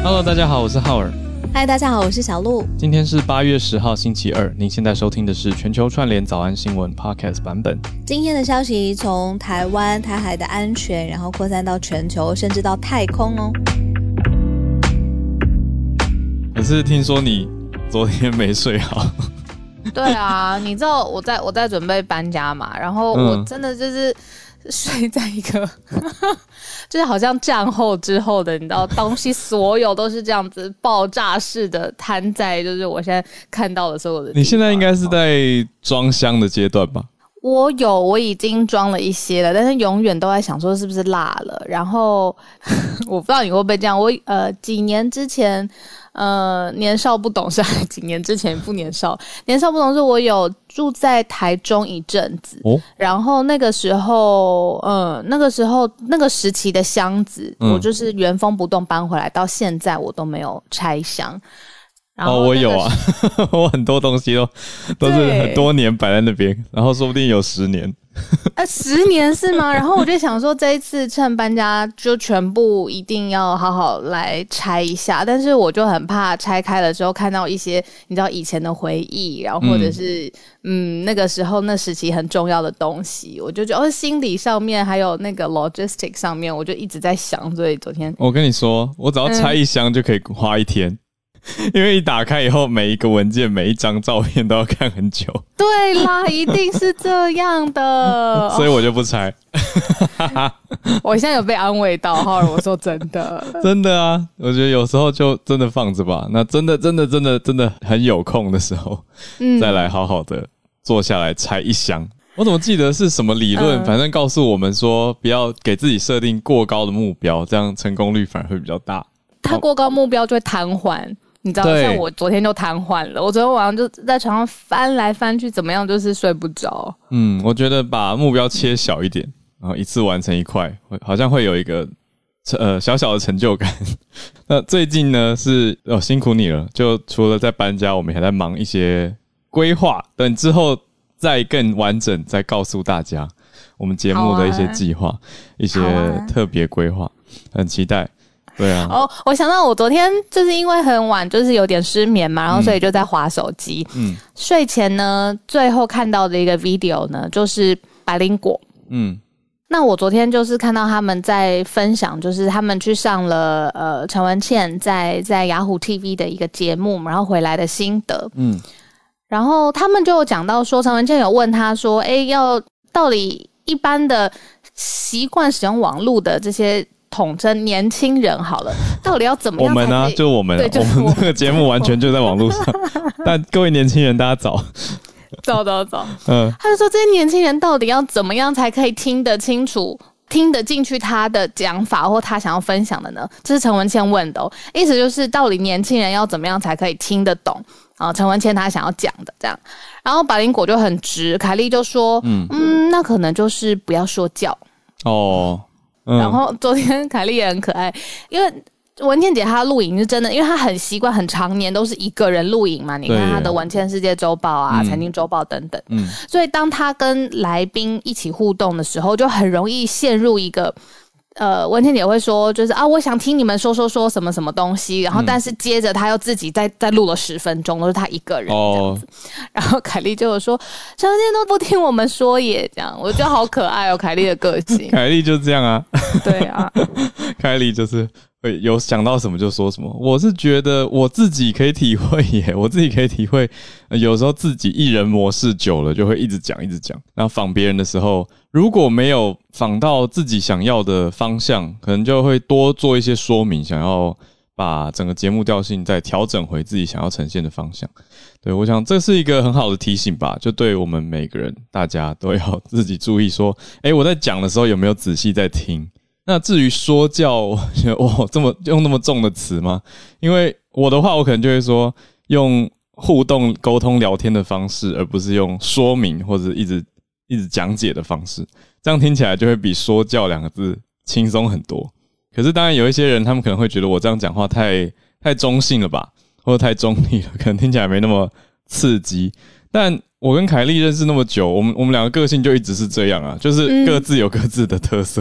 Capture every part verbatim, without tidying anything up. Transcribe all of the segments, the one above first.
Hello， 大家好，我是浩尔。 嗨，大家好，我是小鹿。 今天是八月十号星期二，您现在收听的是全球串联早安新闻 Podcast 版本。 今天的消息从台湾、台海的安全，然后扩散到全球，甚至到太空哦。 可是听说你昨天没睡好。 对啊，你知道我在我在准备搬家嘛，然后我真的就是睡在一个就是好像战后之后的，你知道东西所有都是这样子爆炸式的摊在就是我现在看到的所有的地方。 你现在应该是在装箱的阶段吧？ 我有，我已经装了一些了，但是永远都在想说是不是落了。然后我不知道你会不会这样，我呃几年之前呃年少不懂事，几年之前不年少，年少不懂事，我有住在台中一阵子，哦、然后那个时候嗯那个时候那个时期的箱子，嗯、我就是原封不动搬回来，到现在我都没有拆箱。 然后、哦、我有啊，我很多东西都都是很多年摆在那边，然后说不定有十年。 呃，十年是吗？然后我就想说，这一次趁搬家就全部一定要好好来拆一下，但是我就很怕拆开了之后看到一些你知道以前的回忆，然后或者是 嗯, 嗯那个时候那时期很重要的东西，我就觉得、哦、心理上面还有那个 logistic 上面，我就一直在想，所以昨天我跟你说，我只要拆一箱就可以花一天。嗯因为一打开以后，每一个文件、每一张照片都要看很久。对啦，一定是这样的， 所以我就不拆。 我现在有被安慰到，浩尔，我说真的， 真的啊，我觉得有时候就真的放着吧。那真的、真的、真的、真的很有空的时候，嗯、再来好好的坐下来拆一箱。我怎么记得是什么理论？嗯、反正告诉我们说，不要给自己设定过高的目标，这样成功率反而会比较大。 他过高目标就会瘫痪。你知道，像我昨天就瘫痪了。我昨天晚上就在床上翻来翻去，怎么样就是睡不着。 嗯，我觉得把目标切小一点，然后一次完成一块，好像会有一个呃小小的成就感。那最近呢是哦辛苦你了，就除了在搬家，我们还在忙一些规划，等之后再更完整再告诉大家我们节目的一些计划、啊、一些特别规划，很期待。对啊， 哦，我想到我昨天就是因为很晚，就是有点失眠嘛，然后所以就在滑手机。嗯，睡前呢，最后看到的一个 video 呢，就是百灵果。嗯，那我昨天就是看到他们在分享，就是他们去上了呃陈文茜在在雅虎 T V 的一个节目，然后回来的心得。嗯，然后他们就有讲到说，陈文茜有问他说，哎，要到底一般的习惯使用网络的这些。统称年轻人好了，到底要怎么样才可以？ 我们啊，就我们，对就是、我们这个节目完全就在网络上。但各位年轻人，大家早， 早早早。嗯，他就说这些年轻人到底要怎么样才可以听得清楚、听得进去他的讲法或他想要分享的呢？这是陈文茜问的哦，意思就是到底年轻人要怎么样才可以听得懂啊？陈文茜他想要讲的这样，然后百灵果就很直，凯莉就说，嗯嗯，那可能就是不要说教哦。嗯、然后昨天凯莉也很可爱，因为文茜姐她录影是真的，因为她很习惯很常年都是一个人录影嘛，你看她的文茜世界周报啊、财经周报等等，嗯，所以当她跟来宾一起互动的时候，就很容易陷入一个。呃，文茜姐会说，就是啊，我想听你们说说说什么什么东西，然后但是接着她又自己再再录了十分钟，都是她一个人这样子。哦、然后凯莉就有说，陈文茜都不听我们说耶，这样我觉得好可爱哦，凯莉的个性。 凯莉就这样啊， 对啊， 凯莉就是会有想到什么就说什么。我是觉得我自己可以体会耶，我自己可以体会，呃、有时候自己艺人模式久了，就会一直讲一直讲，然后访别人的时候。如果没有访到自己想要的方向，可能就会多做一些说明，想要把整个节目调性再调整回自己想要呈现的方向。对，我想这是一个很好的提醒吧，就对我们每个人大家都要自己注意说，诶，我在讲的时候有没有仔细在听。那至于说教，我觉得哇，这么用那么重的词吗？因为我的话，我可能就会说用互动沟通聊天的方式，而不是用说明或者一直一直讲解的方式，这样听起来就会比说教两个字轻松很多。可是当然有一些人他们可能会觉得我这样讲话太太中性了吧，或者太中立了，可能听起来没那么刺激。但我跟凯莉认识那么久，我们我们两个个性就一直是这样啊，就是各自有各自的特色。嗯、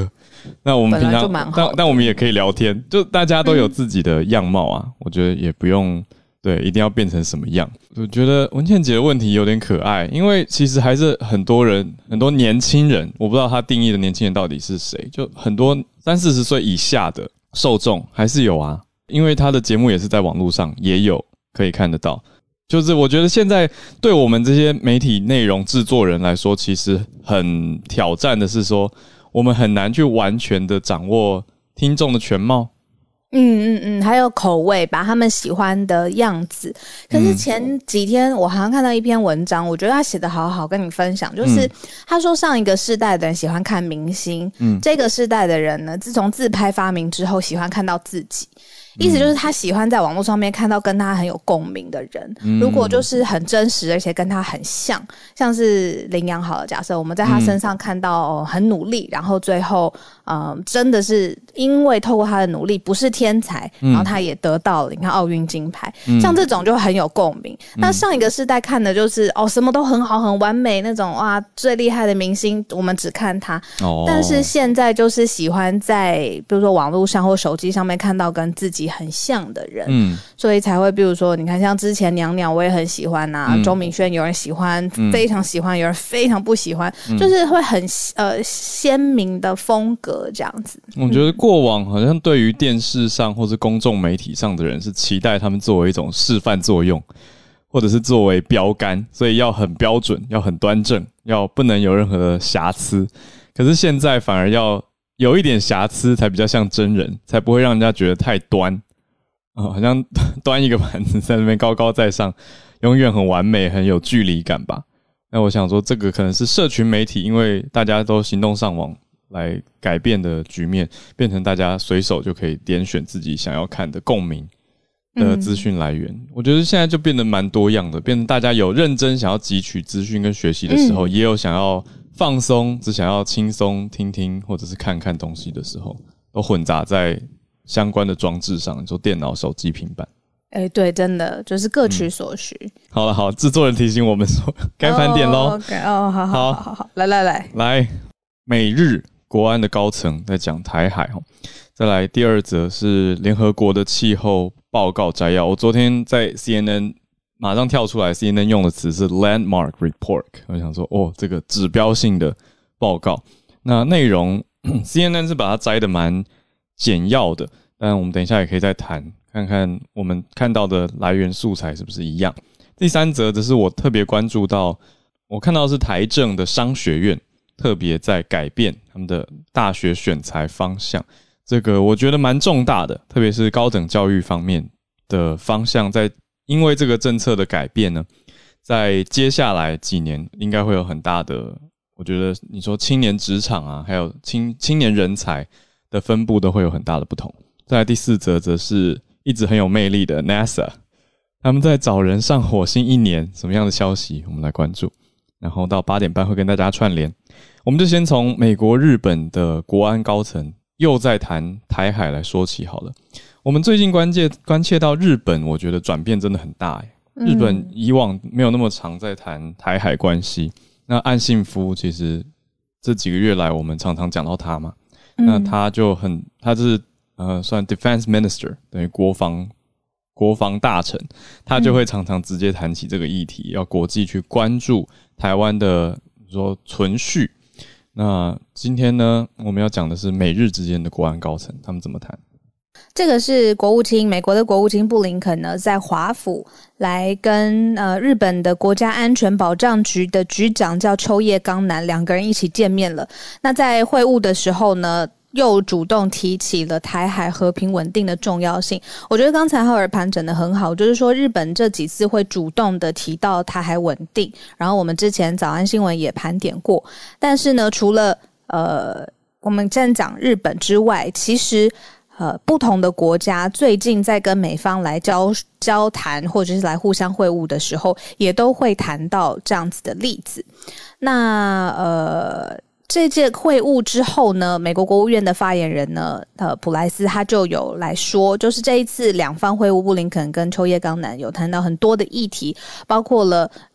那我们平常但但我们也可以聊天，就大家都有自己的样貌啊，嗯、我觉得也不用对一定要变成什么样。我觉得文茜姐的问题有点可爱，因为其实还是很多人很多年轻人，我不知道他定义的年轻人到底是谁，就很多三四十岁以下的受众还是有啊，因为他的节目也是在网络上也有可以看得到。就是我觉得现在对我们这些媒体内容制作人来说，其实很挑战的是说，我们很难去完全的掌握听众的全貌。 嗯嗯嗯，还有口味，把他们喜欢的样子。可是前几天我好像看到一篇文章，我觉得他写得好好，跟你分享，就是他说上一个世代的人喜欢看明星，嗯，这个世代的人呢，自从自拍发明之后，喜欢看到自己。意思就是他喜欢在网络上面看到跟他很有共鸣的人，嗯、如果就是很真实而且跟他很像，像是羚羊好了，假设我们在他身上看到很努力，嗯、然后最后呃真的是因为透过他的努力不是天才，嗯、然后他也得到了你看奥运金牌，嗯、像这种就很有共鸣。嗯、那上一个世代看的就是哦什么都很好很完美那种哇最厉害的明星，我们只看他，哦、但是现在就是喜欢在比如说网络上或手机上面看到跟自己很像的人，嗯，所以才会比如说你看像之前娘娘我也很喜欢啊，嗯、周明轩有人喜欢，嗯、非常喜欢，有人非常不喜欢，嗯、就是会很呃鲜明的风格这样子。 我觉得过往好像对于电视上或是公众媒体上的人是期待他们作为一种示范作用，或者是作为标杆，所以要很标准，要很端正，要不能有任何的瑕疵。可是现在反而要有一点瑕疵才比较像真人，才不会让人家觉得太端。哦，好像端一个盘子在那边高高在上，永远很完美，很有距离感吧。那我想说，这个可能是社群媒体，因为大家都行动上网来改变的局面，变成大家随手就可以点选自己想要看的共鸣的资讯来源。嗯、我觉得现在就变得蛮多样的，变成大家有认真想要汲取资讯跟学习的时候，嗯、也有想要放松，只想要轻松听听或者是看看东西的时候，都混杂在相关的装置上，你说电脑、手机、平板，哎、 欸，对，真的就是各取所需。嗯、 好了，好，制作人提醒我们说该翻点咯。 哦 ，OK， 哦，好好好好好，来来来来，美日国安的高层在讲台海哈。再来第二则是联合国的气候报告摘要。我昨天在 C N N 马上跳出来 ，C N N 用的词是 landmark report， 我想说哦，这个指标性的报告。那内容 C N N 是把它摘的蛮简要的，但我们等一下也可以再谈，看看我们看到的来源素材是不是一样。第三则则是我特别关注到，我看到的是台政的商学院特别在改变他们的大学选材方向，这个我觉得蛮重大的，特别是高等教育方面的方向，在因为这个政策的改变呢，在接下来几年应该会有很大的，我觉得你说青年职场啊，还有青青年人才的分布都会有很大的不同。再来第四则则是一直很有魅力的 NASA， 他们在找人上火星一年，什么样的消息我们来关注。然后到八点半会跟大家串联，我们就先从美国、日本的国安高层又在谈台海来说起好了。我们最近关切关切到日本，我觉得转变真的很大耶。日本以往没有那么常在谈台海关系，那岸信夫其实这几个月来我们常常讲到他嘛，嗯、那他就很，他是呃算 defense minister， 等于国防国防大臣，他就会常常直接谈起这个议题，嗯、要国际去关注台湾的说存续。那今天呢，我们要讲的是美日之间的国安高层他们怎么谈。 这个是国务卿，美国的国务卿布林肯呢，在华府来跟呃日本的国家安全保障局的局长叫秋叶刚男两个人一起见面了。那在会晤的时候呢，又主动提起了台海和平稳定的重要性。我觉得刚才浩尔盘整得很好，就是说日本这几次会主动的提到台海稳定，然后我们之前早安新闻也盘点过。但是呢，除了呃我们现在讲日本之外，其实呃，不同的国家最近在跟美方来交交谈，或者是来互相会晤的时候，也都会谈到这样子的例子。那呃，这届会晤之后呢，美国国务院的发言人呢，呃，普莱斯他就有来说，就是这一次两方会晤，布林肯跟秋叶刚男有谈到很多的议题，包括了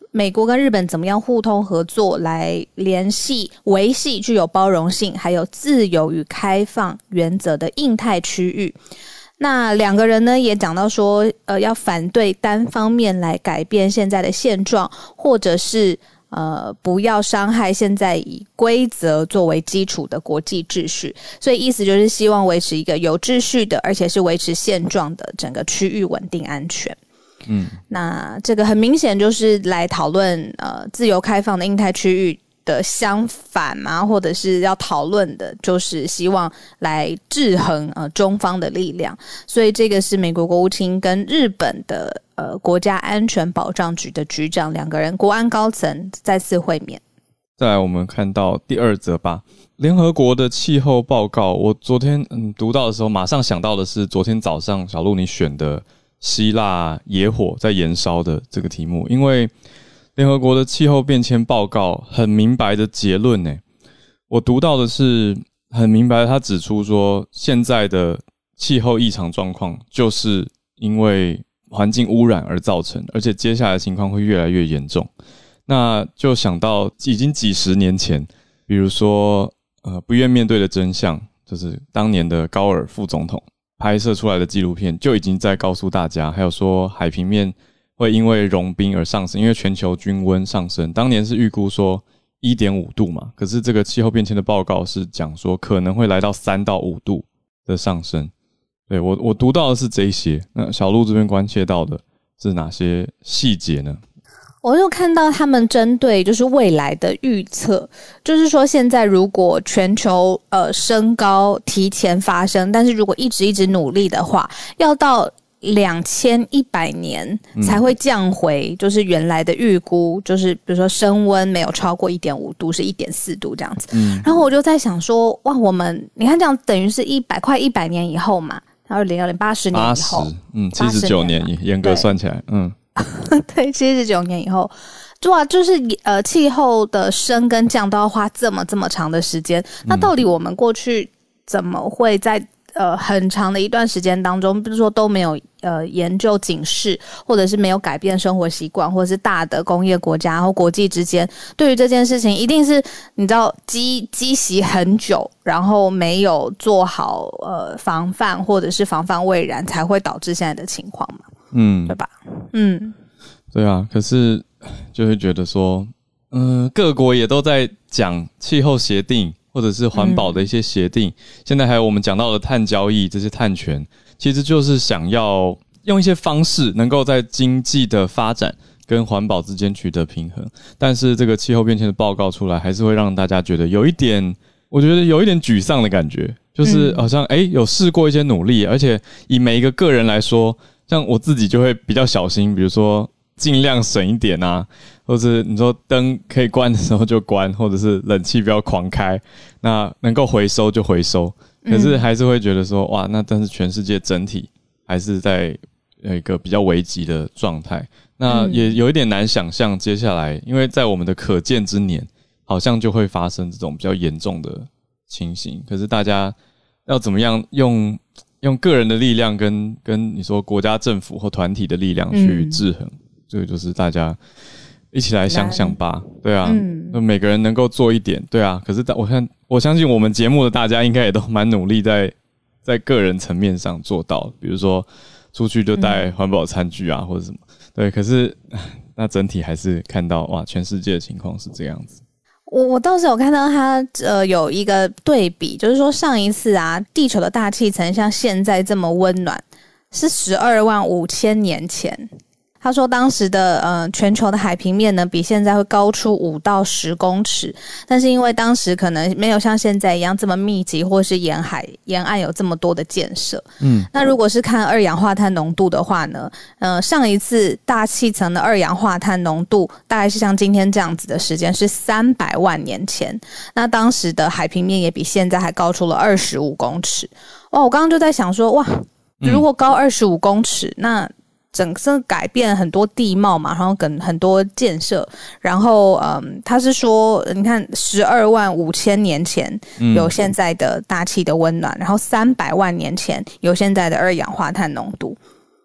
美国跟日本怎么样互通合作来联系维系具有包容性还有自由与开放原则的印太区域。那两个人呢也讲到说呃，要反对单方面来改变现在的现状，或者是呃，不要伤害现在以规则作为基础的国际秩序，所以意思就是希望维持一个有秩序的，而且是维持现状的整个区域稳定安全。嗯，那这个很明显就是来讨论呃自由开放的印太区域的相反嘛，或者是要讨论的就是希望来制衡呃中方的力量，所以这个是美国国务卿跟日本的呃国家安全保障局的局长两个人国安高层再次会面。 再来我们看到第二则吧，联合国的气候报告。我昨天嗯读到的时候马上想到的是昨天早上小鹿你选的希腊野火在燃烧的这个题目，因为联合国的气候变迁报告很明白的结论呢，我读到的是很明白的，他指出说现在的气候异常状况就是因为环境污染而造成，而且接下来的情况会越来越严重。那就想到已经几十年前，比如说呃不愿面对的真相，就是当年的高尔副总统拍摄出来的纪录片就已经在告诉大家，还有说海平面会因为融冰而上升，因为全球均温上升，当年是预估说 一点五 度嘛，可是这个气候变迁的报告是讲说可能会来到三到五度的上升。对，我我读到的是这一些，那小鹿这边关切到的是哪些细节呢？ 我就看到他们针对就是未来的预测，就是说现在如果全球呃升高提前发生，但是如果一直一直努力的话，要到两千一百年才会降回就是原来的预估，就是比如说升温没有超过 一点五 度是 一点四 度这样子。嗯，然后我就在想说哇，我们你看这样等于是一百快一百年以后嘛，二零二零八十年以后， 嗯，七十九年严格算起来，嗯。 对，七十九年以后，哇，就是呃，气候的升跟降都要花这么这么长的时间。那到底我们过去怎么会在呃很长的一段时间当中，比如说都没有呃研究警示，或者是没有改变生活习惯，或者是大的工业国家或国际之间对于这件事情，一定是你知道积积习很久，然后没有做好呃防范，或者是防范未然，才会导致现在的情况嘛。嗯，对吧？嗯， 对啊。可是就会觉得说，嗯、呃，各国也都在讲气候协定或者是环保的一些协定、嗯，现在还有我们讲到的碳交易，这些碳权，其实就是想要用一些方式，能够在经济的发展跟环保之间取得平衡。但是这个气候变迁的报告出来，还是会让大家觉得有一点，我觉得有一点沮丧的感觉，就是好像诶有试过一些努力，而且以每一个个人来说。像我自己就会比较小心，比如说尽量省一点啊，或者你说灯可以关的时候就关，或者是冷气不要狂开，那能够回收就回收。可是还是会觉得说，哇，那但是全世界整体还是在一个比较危急的状态。那也有一点难想象接下来，因为在我们的可见之年，好像就会发生这种比较严重的情形。可是大家要怎么样用？用个人的力量跟跟你说国家政府或团体的力量去制衡，这个、嗯、就是大家一起来想想吧。对啊，嗯，每个人能够做一点，对啊。可是我看我相信我们节目的大家应该也都蛮努力在在个人层面上做到，比如说出去就带环保餐具啊、嗯、或者什么。对，可是那整体还是看到哇，全世界的情况是这样子。 我我倒是有看到他呃有一个对比，就是说上一次啊，地球的大气层像现在这么温暖，是十二万五千年前。他说当时的呃全球的海平面呢比现在会高出五到十公尺，但是因为当时可能没有像现在一样这么密集，或是沿海沿岸有这么多的建设。嗯，那如果是看二氧化碳浓度的话呢，呃上一次大气层的二氧化碳浓度大概是像今天这样子的时间是三百万年前，那当时的海平面也比现在还高出了二十五公尺。哇，我刚刚就在想说，哇，如果高二十五公尺，那整个改变很多地貌嘛，然后跟很多建设，然后嗯，他是说，你看十二万五千年前有现在的大气的温暖，嗯、然后三百万年前有现在的二氧化碳浓度，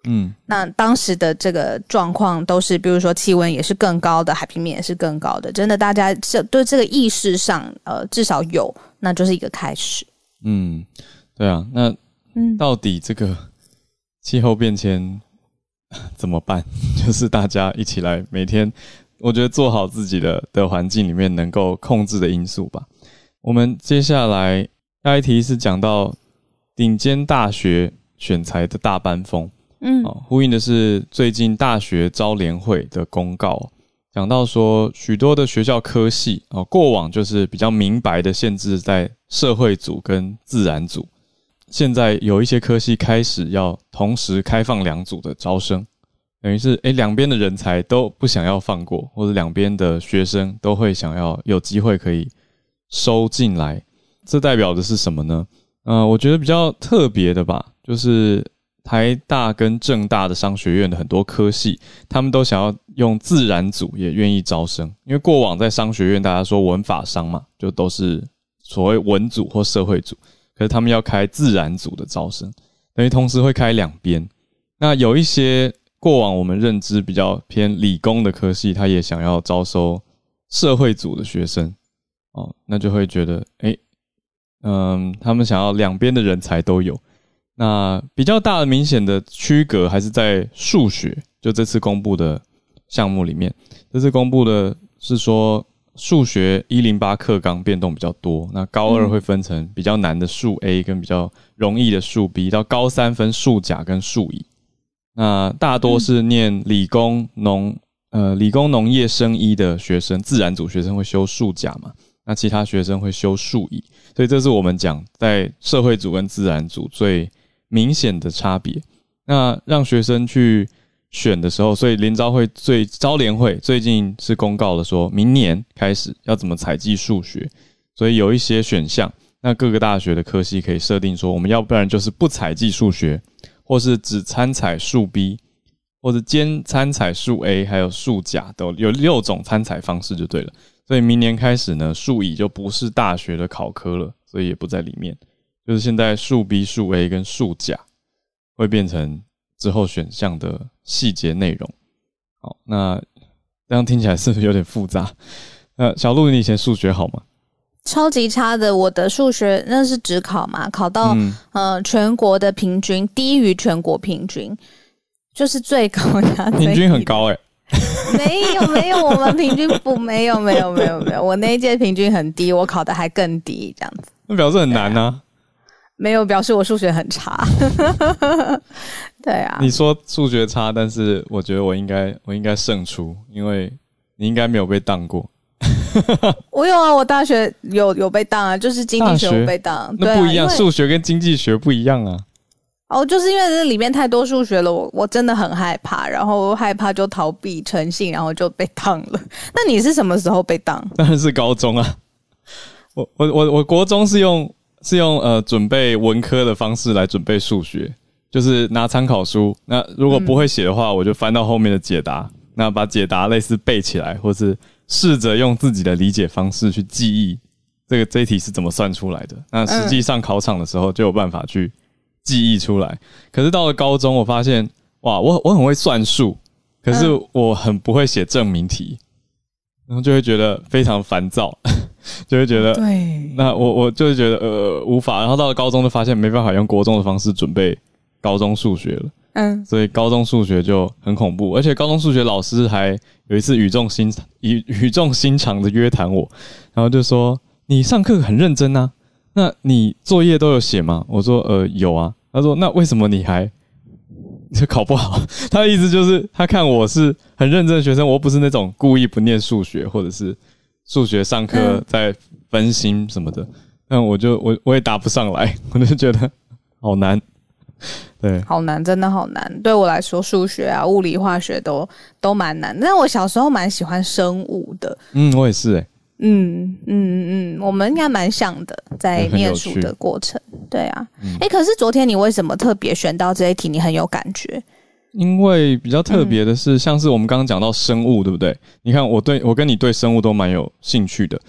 嗯，那当时的这个状况都是，比如说气温也是更高的，海平面也是更高的，真的大家这对这个意识上，呃，至少有，那就是一个开始。 嗯，对啊，那到底这个气候变迁怎么办？就是大家一起来，每天我觉得做好自己的的环境里面能够控制的因素吧。我们接下来下一题是讲到顶尖大学选才的大班风。嗯、哦，呼应的是最近大学招联会的公告，讲到说许多的学校科系、哦、过往就是比较明白的限制在社会组跟自然组，现在有一些科系开始要同时开放两组的招生，等于是诶两边的人才都不想要放过，或者两边的学生都会想要有机会可以收进来。这代表的是什么呢？呃，我觉得比较特别的吧，就是台大跟政大的商学院的很多科系，他们都想要用自然组也愿意招生，因为过往在商学院大家说文法商嘛，就都是所谓文组或社会组，可是他们要开自然组的招生，等于同时会开两边。那有一些过往我们认知比较偏理工的科系，他也想要招收社会组的学生，哦，那就会觉得诶嗯，他们想要两边的人才都有。那比较大的明显的区隔还是在数学，就这次公布的项目里面，这次公布的是说数学一零八课纲变动比较多，那高二会分成比较难的数 A 跟比较容易的数 B， 到高三分数甲跟数乙。那大多是念理工农呃理工农业生医的学生，自然组学生会修数甲嘛，那其他学生会修数乙，所以这是我们讲在社会组跟自然组最明显的差别。那让学生去选的时候，所以联招会最招联会最近是公告了说明年开始要怎么采计数学，所以有一些选项，那各个大学的科系可以设定说，我们要不然就是不采计数学，或是只参采数 B， 或者兼参采数 A 还有数甲，都有六种参采方式就对了。所以明年开始呢，数乙就不是大学的考科了，所以也不在里面，就是现在数 B 数 A 跟数甲会变成之后选项的细节内容。好，那这样听起来是不是有点复杂？呃，小鹿，你以前数学好吗？ 超级差的，我的数学那是指考嘛，考到、嗯、呃全国的平均低于全国平均，就是最高的。 平均很高欸。 没有没有，我们平均不没有没有没有没有，我那一届平均很低，我考的还更低，这样子。 那表示很难啊。 没有，表示我数学很差。对啊， 你说数学差，但是我觉得我应该我应该胜出，因为你应该没有被当过。 我有啊，我大学有有被当啊，就是经济学有被当。 那不一样，数学跟经济学不一样啊。 哦，就是因为这里面太多数学了，我我真的很害怕，然后害怕就逃避诚信，然后就被当了。那你是什么时候被当？ 当然是高中啊。我我我我国中是用是用呃准备文科的方式来准备数学，就是拿参考书，那如果不会写的话，我就翻到后面的解答，那把解答类似背起来，或是试着用自己的理解方式去记忆这个这一题是怎么算出来的。那实际上考场的时候就有办法去记忆出来。可是到了高中，我发现哇，我我很会算数，可是我很不会写证明题，然后就会觉得非常烦躁，就会觉得对，那我我就会觉得呃无法。然后到了高中就发现没办法用国中的方式准备高中数学了。嗯，所以高中数学就很恐怖，而且高中数学老师还有一次语重心语语重心长的约谈我，然后就说你上课很认真啊，那你作业都有写吗？我说呃有啊。他说那为什么你还就考不好？他的意思就是他看我是很认真的学生，我不是那种故意不念数学或者是数学上课在分心什么的，那我就我我也答不上来，我就觉得好难。对， 好难，真的好难。对我来说，数学啊、物理、化学都都蛮难。但我小时候蛮喜欢生物的。 嗯，我也是哎、欸。 嗯嗯嗯，我们应该蛮像的，在念书的过程。对啊，哎、嗯欸，可是昨天你为什么特别选到这一题？你很有感觉？ 因为比较特别的是，嗯、像是我们刚刚讲到生物，对不对？你看，我对我跟你对生物都蛮有兴趣的。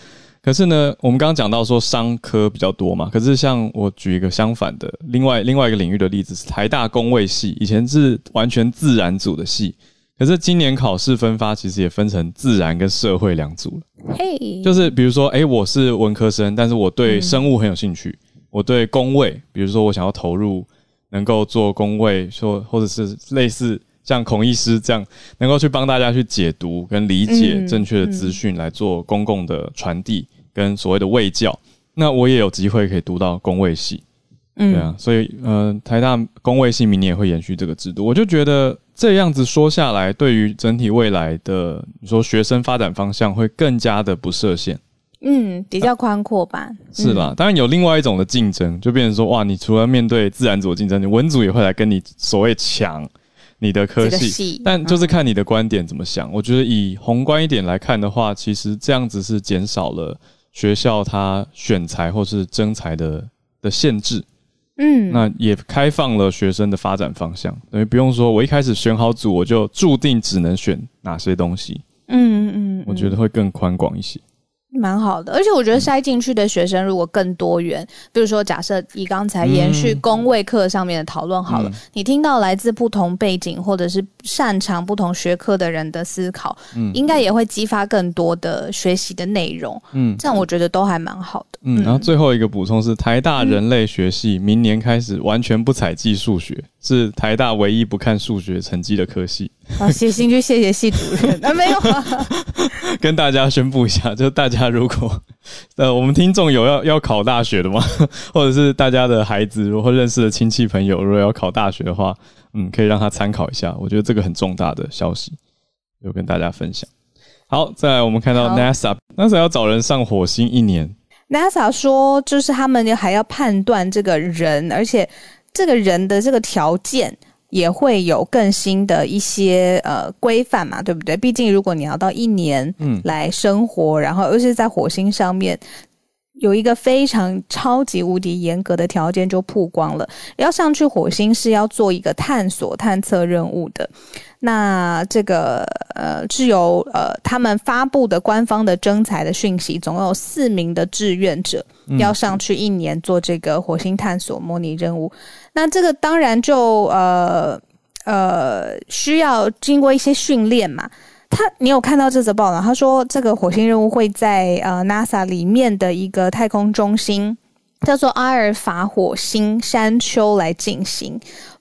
可是呢，我们刚刚讲到说商科比较多嘛，可是像我举一个相反的另外另外一个领域的例子，是台大工卫系，以前是完全自然组的系，可是今年考试分发其实也分成自然跟社会两组了。 嘿、hey ， 就是比如说，哎、欸，我是文科生，但是我对生物很有兴趣，嗯、我对公卫，比如说我想要投入能够做公卫，说或者是类似像孔医师这样，能够去帮大家去解读跟理解正确的资讯，来做公共的传递。跟所谓的卫教，那我也有机会可以读到公卫系，嗯，对啊，所以呃，台大公卫系明年也会延续这个制度。我就觉得这样子说下来，对于整体未来的你说学生发展方向会更加的不设限， 嗯，比较宽阔吧。 是啦，当然有另外一种的竞争，就变成说，哇，你除了面对自然组的竞争，你文组也会来跟你所谓抢你的科系，但就是看你的观点怎么想。嗯、我觉得以宏观一点来看的话，其实这样子是减少了学校它选材或是征才的的限制，嗯，那也开放了学生的发展方向，等于不用说我一开始选好组我就注定只能选哪些东西，嗯嗯，我觉得会更宽广一些。 蛮好的，而且我觉得筛进去的学生如果更多元，比如说假设以刚才延续公卫课上面的讨论好了、嗯，你听到来自不同背景或者是擅长不同学科的人的思考，嗯，应该也会激发更多的学习的内容，嗯，这样我觉得都还蛮好的。 嗯，然后最后一个补充是，台大人类学系明年开始完全不采计数学，是台大唯一不看数学成绩的科系。 好，写信去谢谢系主任啊，没有啊。 跟大家宣布一下，就是大家如果呃我们听众有要要考大学的吗？或者是大家的孩子如果认识的亲戚朋友如果要考大学的话，嗯，可以让他参考一下。我觉得这个很重大的消息，就跟大家分享。好，再来我们看到 NASA NASA 要找人上火星一年。 NASA 说，就是他们还要判断这个人，而且这个人的这个条件也会有更新的一些呃规范嘛，对不对？毕竟如果你要到一年来生活，嗯、然后尤其是在火星上面，有一个非常超级无敌严格的条件就曝光了。要上去火星是要做一个探索探测任务的。那这个呃是由呃他们发布的官方的征才的讯息，总共有四名的志愿者要上去一年做这个火星探索模拟任务。那这个当然就呃呃需要经过一些训练嘛。他，你有看到这则报道？他说这个火星任务会在呃 NASA 里面的一个太空中心，叫做阿尔法火星山丘来进行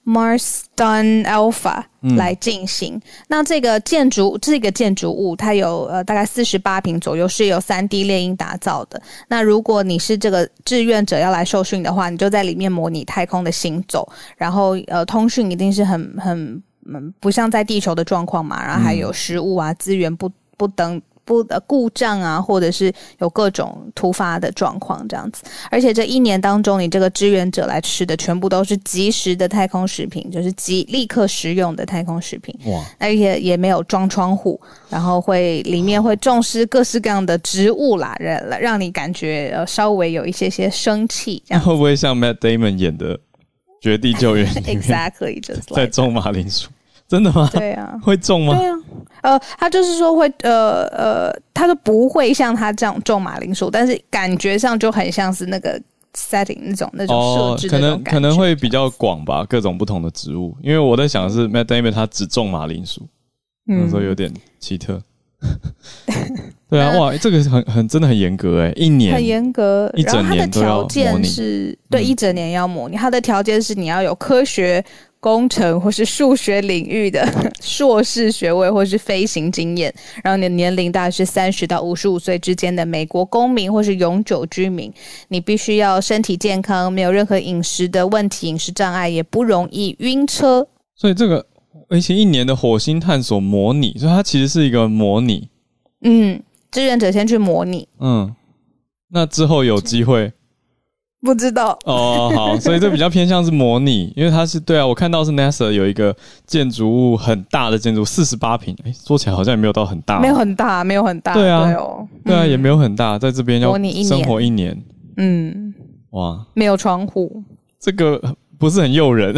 Marsden Alpha 来进行、嗯。那这个建筑这个建筑物，它有呃大概四十八坪左右，是由 三 D 列印打造的。那如果你是这个志愿者要来受训的话，你就在里面模拟太空的行走，然后呃通讯一定是很很。嗯，不像在地球的状况嘛，然后还有食物啊、资源不不等不呃故障啊，或者是有各种突发的状况这样子。而且这一年当中，你这个志愿者来吃的全部都是即食的太空食品，就是即立刻食用的太空食品。哇！而且也没有装窗户，然后会里面会种植各式各样的植物啦，让让你感觉呃稍微有一些些生气。这样会不会像 Matt Damon 演的《绝地救援》里面 ？Exactly， just like 在种马铃薯？真的吗？ 对啊， 会中吗？ 对啊，呃，他就是说会，呃呃，他说不会像他这样种马铃薯，但是感觉上就很像是那个 setting 那种那种设置的那种感觉、哦、可能可能会比较广吧，各种不同的植物。因为我在想的是 Matt Damon 他只种马铃薯，那时候有点奇特。对啊，哇，这个很很真的很严格哎，一年很严格， 一整年都要模拟。 然后他的条件是，对，一整年要模拟。他的条件是你要有科学、工程或是数学领域的硕士学位或是飞行经验，然后你的年龄大概是三十到五十五岁之间的美国公民或是永久居民，你必须要身体健康，没有任何饮食的问题、饮食障碍，也不容易晕车。 所以这个而且一年的火星探索模拟，所以它其实是一个模拟。 嗯，志愿者先去模拟。 嗯，那之后有机会。 不知道哦，好，所以这比较偏向是模拟，因为它是对啊，我看到是 NASA 有一个建筑物很大的建筑，四十八坪，哎，说起来好像也没有到很大、哦， 没有很大，没有很大， 对啊， 对哦， 对啊，嗯、也没有很大，在这边要生活一年， 嗯， 哇， 没有窗户， 这个不是很诱人。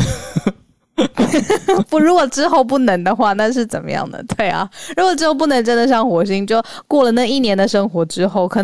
不，如果之后不能的话，那是怎么样的？对啊，如果之后不能真的上火星，就过了那一年的生活之后，可能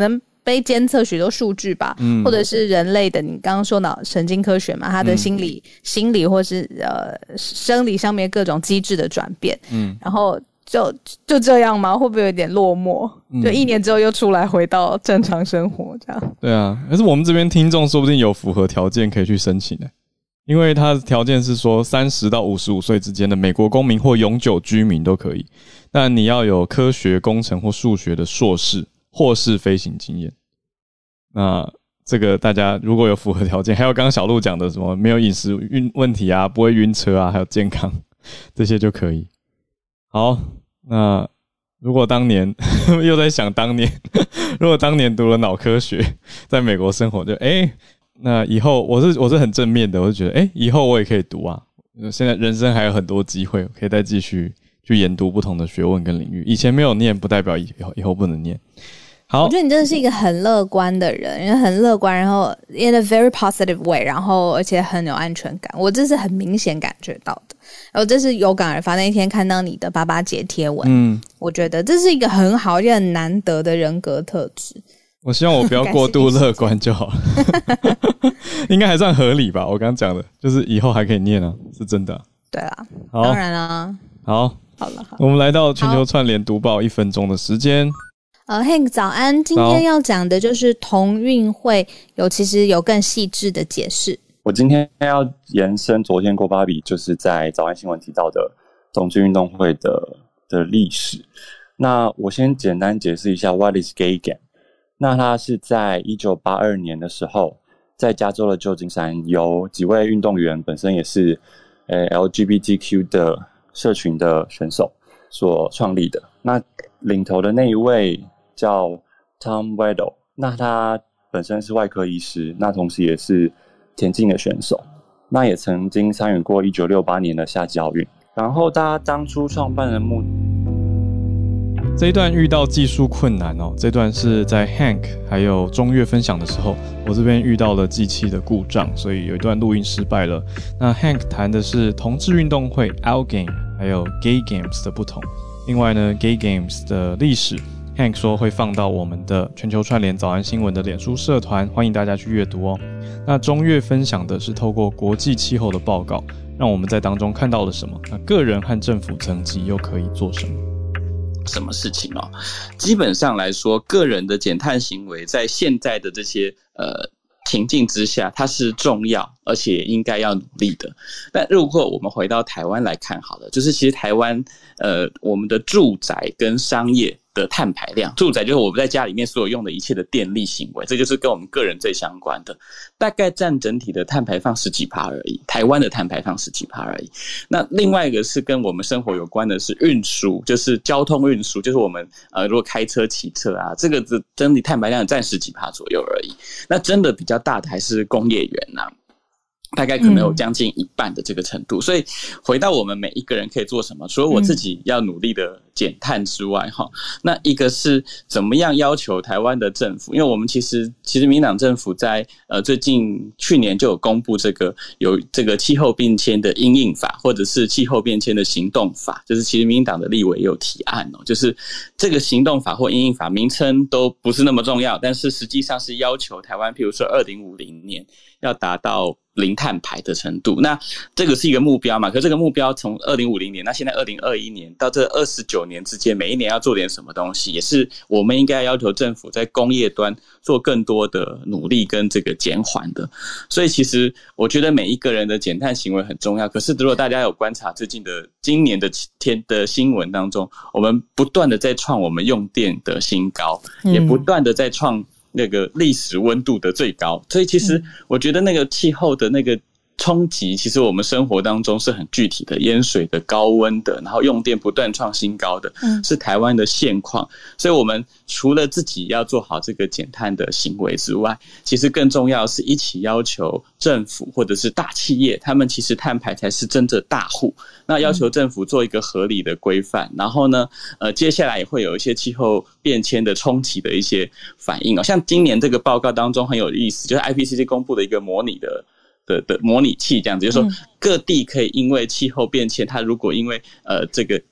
被监测许多数据吧、嗯、或者是人类的你刚刚说脑神经科学嘛，他的心理、嗯、心理或是呃生理上面各种机制的转变，嗯，然后就就这样吗？会不会有点落寞、嗯、就一年之后又出来回到正常生活这样？ 对啊，可是我们这边听众说不定有符合条件可以去申请的，因为他的条件是说三十到五十五岁之间的美国公民或永久居民都可以，但你要有科学工程或数学的硕士或是飞行经验。那这个大家如果有符合条件，还有刚刚小鹿讲的什么没有饮食问题啊，不会晕车啊，还有健康，这些就可以。好，那如果当年又在想当年如果当年读了脑科学在美国生活，就诶、欸、那以后我是我是很正面的，我就觉得诶、欸、以后我也可以读啊，现在人生还有很多机会可以再继续去研读不同的学问跟领域，以前没有念不代表以后以后不能念。好， 我觉得你真的是一个很乐观的人，因为很乐观，然后 in a very positive way， 然后而且很有安全感，我这是很明显感觉到的。然后这是有感而发，那一天看到你的八八节贴文，嗯，我觉得这是一个很好也很难得的人格特质。 我希望我不要过度乐观就好了应该还算合理吧，我刚刚讲的就是以后还可以念啊，是真的、啊、 对啦，当然啦。 好好了好， 我们来到全球串联读报一分钟的时间。 呃 Hank 早安，今天要讲的就是同运会有其实有更细致的解释。 我今天要延伸昨天郭芭比就是在早安新闻提到的同志运动会的的历史。那我先简单解释一下 What is Gay Game。 那它是在一九八二年的时候，在加州的旧金山，由几位运动员本身也是呃 L G B T Q 的社群的选手所创立的。那领头的那一位叫 Tom Weddle， 那他本身是外科医师，那同时也是田径的选手，那也曾经参与过一九六八年的夏季奥运。然后大家当初创办的目这一段遇到技术困难哦，这段是在 Hank 还有中岳分享的时候，我这边遇到了机器的故障，所以有一段录音失败了。那 Hank 谈的是同志运动会 Out Game 还有 Gay Games 的不同。另外呢 Gay Games 的历史Hank 说会放到我们的全球串联早安新闻的脸书社团，欢迎大家去阅读哦。那中岳分享的是透过国际气候的报告，让我们在当中看到了什么，那个人和政府层级又可以做什么什么事情哦？基本上来说，个人的减碳行为在现在的这些呃情境之下，它是重要而且应该要努力的。但如果我们回到台湾来看好了，就是其实台湾呃我们的住宅跟商业的碳排量，住宅就是我们在家里面所有用的一切的电力行为，这就是跟我们个人最相关的，大概占整体的碳排放十几趴而已，台湾的碳排放十几趴而已。那另外一个是跟我们生活有关的是运输，就是交通运输，就是我们呃如果开车骑车啊，这个整体碳排量占十几趴左右而已。那真的比较大的还是工业园啊，大概可能有将近一半的这个程度、嗯、所以回到我们每一个人可以做什么，除了我自己要努力的减碳之外、嗯、那一个是怎么样要求台湾的政府，因为我们其实其实民党政府在呃最近去年就有公布这个有这个气候变迁的因应法，或者是气候变迁的行动法，就是其实民党的立委也有提案哦，就是这个行动法或因应法名称都不是那么重要，但是实际上是要求台湾譬如说二零五零年要达到零碳排的程度。那这个是一个目标嘛，可是这个目标从二零五零年，那现在二零二一年到这二十九年之间，每一年要做点什么东西，也是我们应该要求政府在工业端做更多的努力跟这个减缓的。所以其实我觉得每一个人的减碳行为很重要，可是如果大家有观察最近的今年的天的新闻当中，我们不断的在创我们用电的新高，也不断的在创那个历史温度的最高，所以其实我觉得那个气候的那个冲击，其实我们生活当中是很具体的，淹水的、高温的，然后用电不断创新高的，是台湾的现况。所以我们除了自己要做好这个减碳的行为之外，其实更重要的是一起要求政府或者是大企业，他们其实碳排才是真正大户，那要求政府做一个合理的规范，然后呢呃，接下来也会有一些气候变迁的冲击的一些反应哦。像今年这个报告当中很有意思，就是 I P C C 公布的一个模拟的的的模拟器，这样子就是说各地可以因为气候变迁，它如果因为呃这个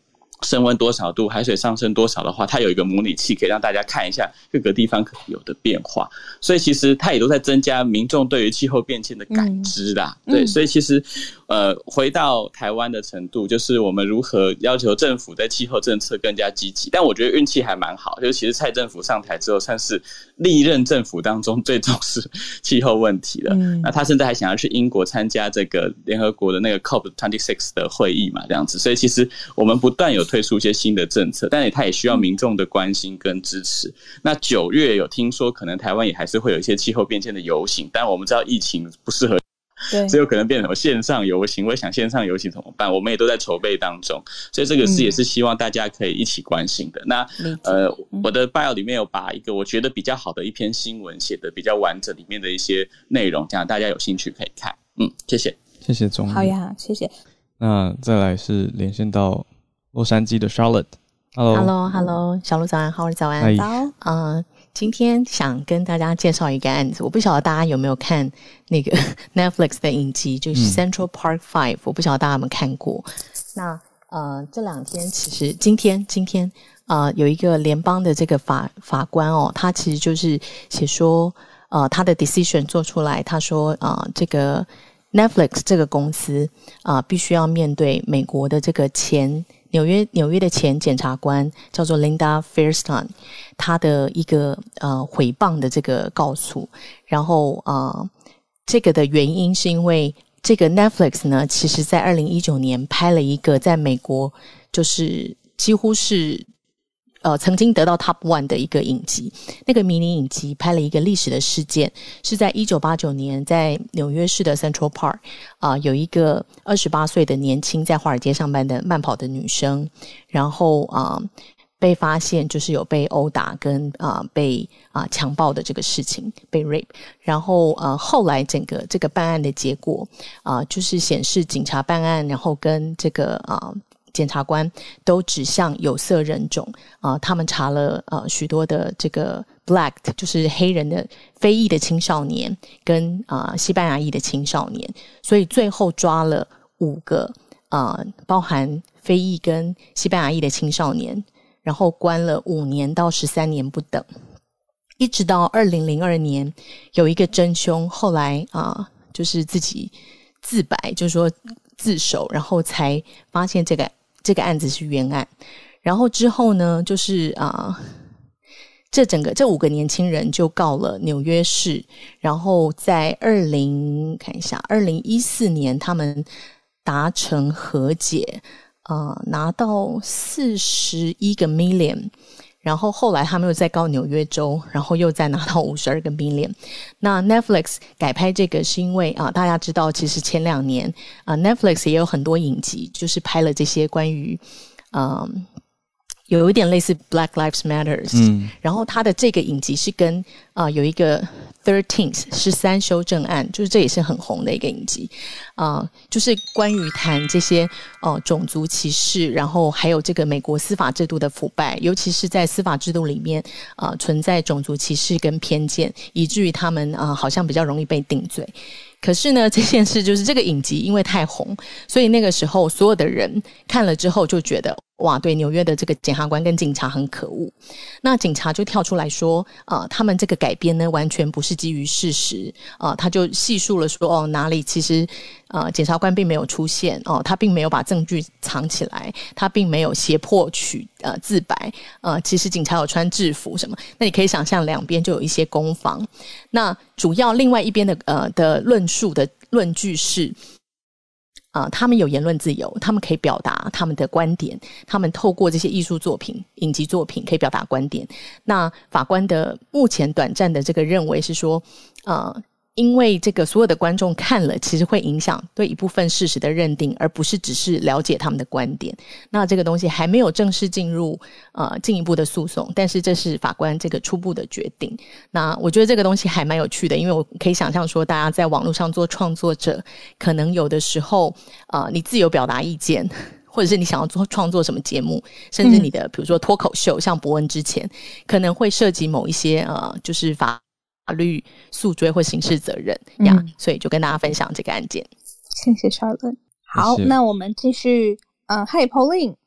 升温多少度，海水上升多少的话，它有一个模拟器可以让大家看一下各个地方可能有的变化，所以其实它也都在增加民众对于气候变迁的感知啦、嗯、对，所以其实呃，回到台湾的程度，就是我们如何要求政府在气候政策更加积极，但我觉得运气还蛮好，就是其实蔡政府上台之后算是历任政府当中最重视气候问题了、嗯、那他现在还想要去英国参加这个联合国的那个 C O P 二十六 的会议嘛，这样子，所以其实我们不断有推出一些新的政策，但是它也需要民众的关心跟支持。那九月有听说可能台湾也还是会有一些气候变迁的游行，但我们知道疫情不适合，对，所以有可能变成线上游行。我想线上游行怎么办？我们也都在筹备当中，所以这个是也是希望大家可以一起关心的。嗯、那呃，我的 bio 里面有把一个我觉得比较好的一篇新闻写的比较完整，里面的一些内容，这样大家有兴趣可以看。嗯，谢谢， 谢谢钟。 好呀，谢谢。 那再来是连线到洛杉矶的 Charlotte。Hello，Hello， Hello, 小鹿早安，浩儿早安。早。嗯，今天想跟大家介绍一个案子，我不晓得大家有没有看那个 Netflix 的影集，就是 Central Park Five，、嗯、我不晓得大家有没有看过。那呃，这两天其实今天今天呃有一个联邦的这个法法官哦，他其实就是写说呃他的 decision 做出来，他说呃这个 Netflix 这个公司啊、呃，必须要面对美国的这个前纽约纽约的前检察官叫做 Linda Fairstein， 他的一个呃诽谤的这个告诉，然后呃这个的原因是因为这个 Netflix 呢，其实在二零一九年拍了一个在美国就是几乎是呃，曾经得到 Top One 的一个影集，那个迷你影集拍了一个历史的事件，是在一九八九年在纽约市的 Central Park 啊、呃，有一个二十八岁的年轻在华尔街上班的慢跑的女生，然后啊、呃、被发现就是有被殴打跟啊、呃、被啊、呃、强暴的这个事情，被 rape， 然后呃后来整个这个办案的结果啊、呃、就是显示警察办案，然后跟这个啊。呃检察官都指向有色人种啊、呃，他们查了呃许多的这个 black 就是黑人的非裔的青少年跟啊、呃、西班牙裔的青少年，所以最后抓了五个啊、呃、包含非裔跟西班牙裔的青少年，然后关了五年到十三年不等，一直到二零零二年有一个真凶后来啊、呃、就是自己自白，就是说自首，然后才发现这个。这个案子是冤案，然后之后呢，就是啊、呃，这整个这五个年轻人就告了纽约市，然后在二零看一下，二零一四年他们达成和解，呃，拿到四十一个 million。然后后来他们又再告纽约州，然后又再拿到五十二个 million。那 Netflix 改拍这个是因为啊，大家知道其实前两年啊 Netflix 也有很多影集，就是拍了这些关于嗯有一点类似 Black Lives Matters，、嗯、然后他的这个影集是跟啊、呃、有一个 thirteenth 十三修正案，就是这也是很红的一个影集啊、呃，就是关于谈这些呃种族歧视，然后还有这个美国司法制度的腐败，尤其是在司法制度里面啊、呃、存在种族歧视跟偏见，以至于他们啊、呃、好像比较容易被定罪。可是呢，这件事就是这个影集因为太红，所以那个时候所有的人看了之后就觉得哇，对纽约的这个检察官跟警察很可恶。那警察就跳出来说呃，他们这个改编呢完全不是基于事实呃，他就细述了说哦，哪里其实呃检察官并没有出现哦，他并没有把证据藏起来，他并没有胁迫取呃自白呃，其实警察有穿制服什么。那你可以想象两边就有一些攻防。那主要另外一边的呃的论述的论据是啊、呃，他们有言论自由，他们可以表达他们的观点，他们透过这些艺术作品、影集作品可以表达观点。那法官的目前短暂的这个认为是说，呃，因为这个所有的观众看了，其实会影响对一部分事实的认定，而不是只是了解他们的观点。那这个东西还没有正式进入呃进一步的诉讼，但是这是法官这个初步的决定。那我觉得这个东西还蛮有趣的，因为我可以想象说，大家在网络上做创作者，可能有的时候呃你自由表达意见。或者是你想要做创作什么节目，甚至你的、嗯、比如说脱口秀，像伯恩之前可能会涉及某一些呃，就是法法律诉追或刑事责任呀、嗯，所以就跟大家分享这个案件。 谢谢 Charlotte。好，那我们继续。呃，嗨 Pauline。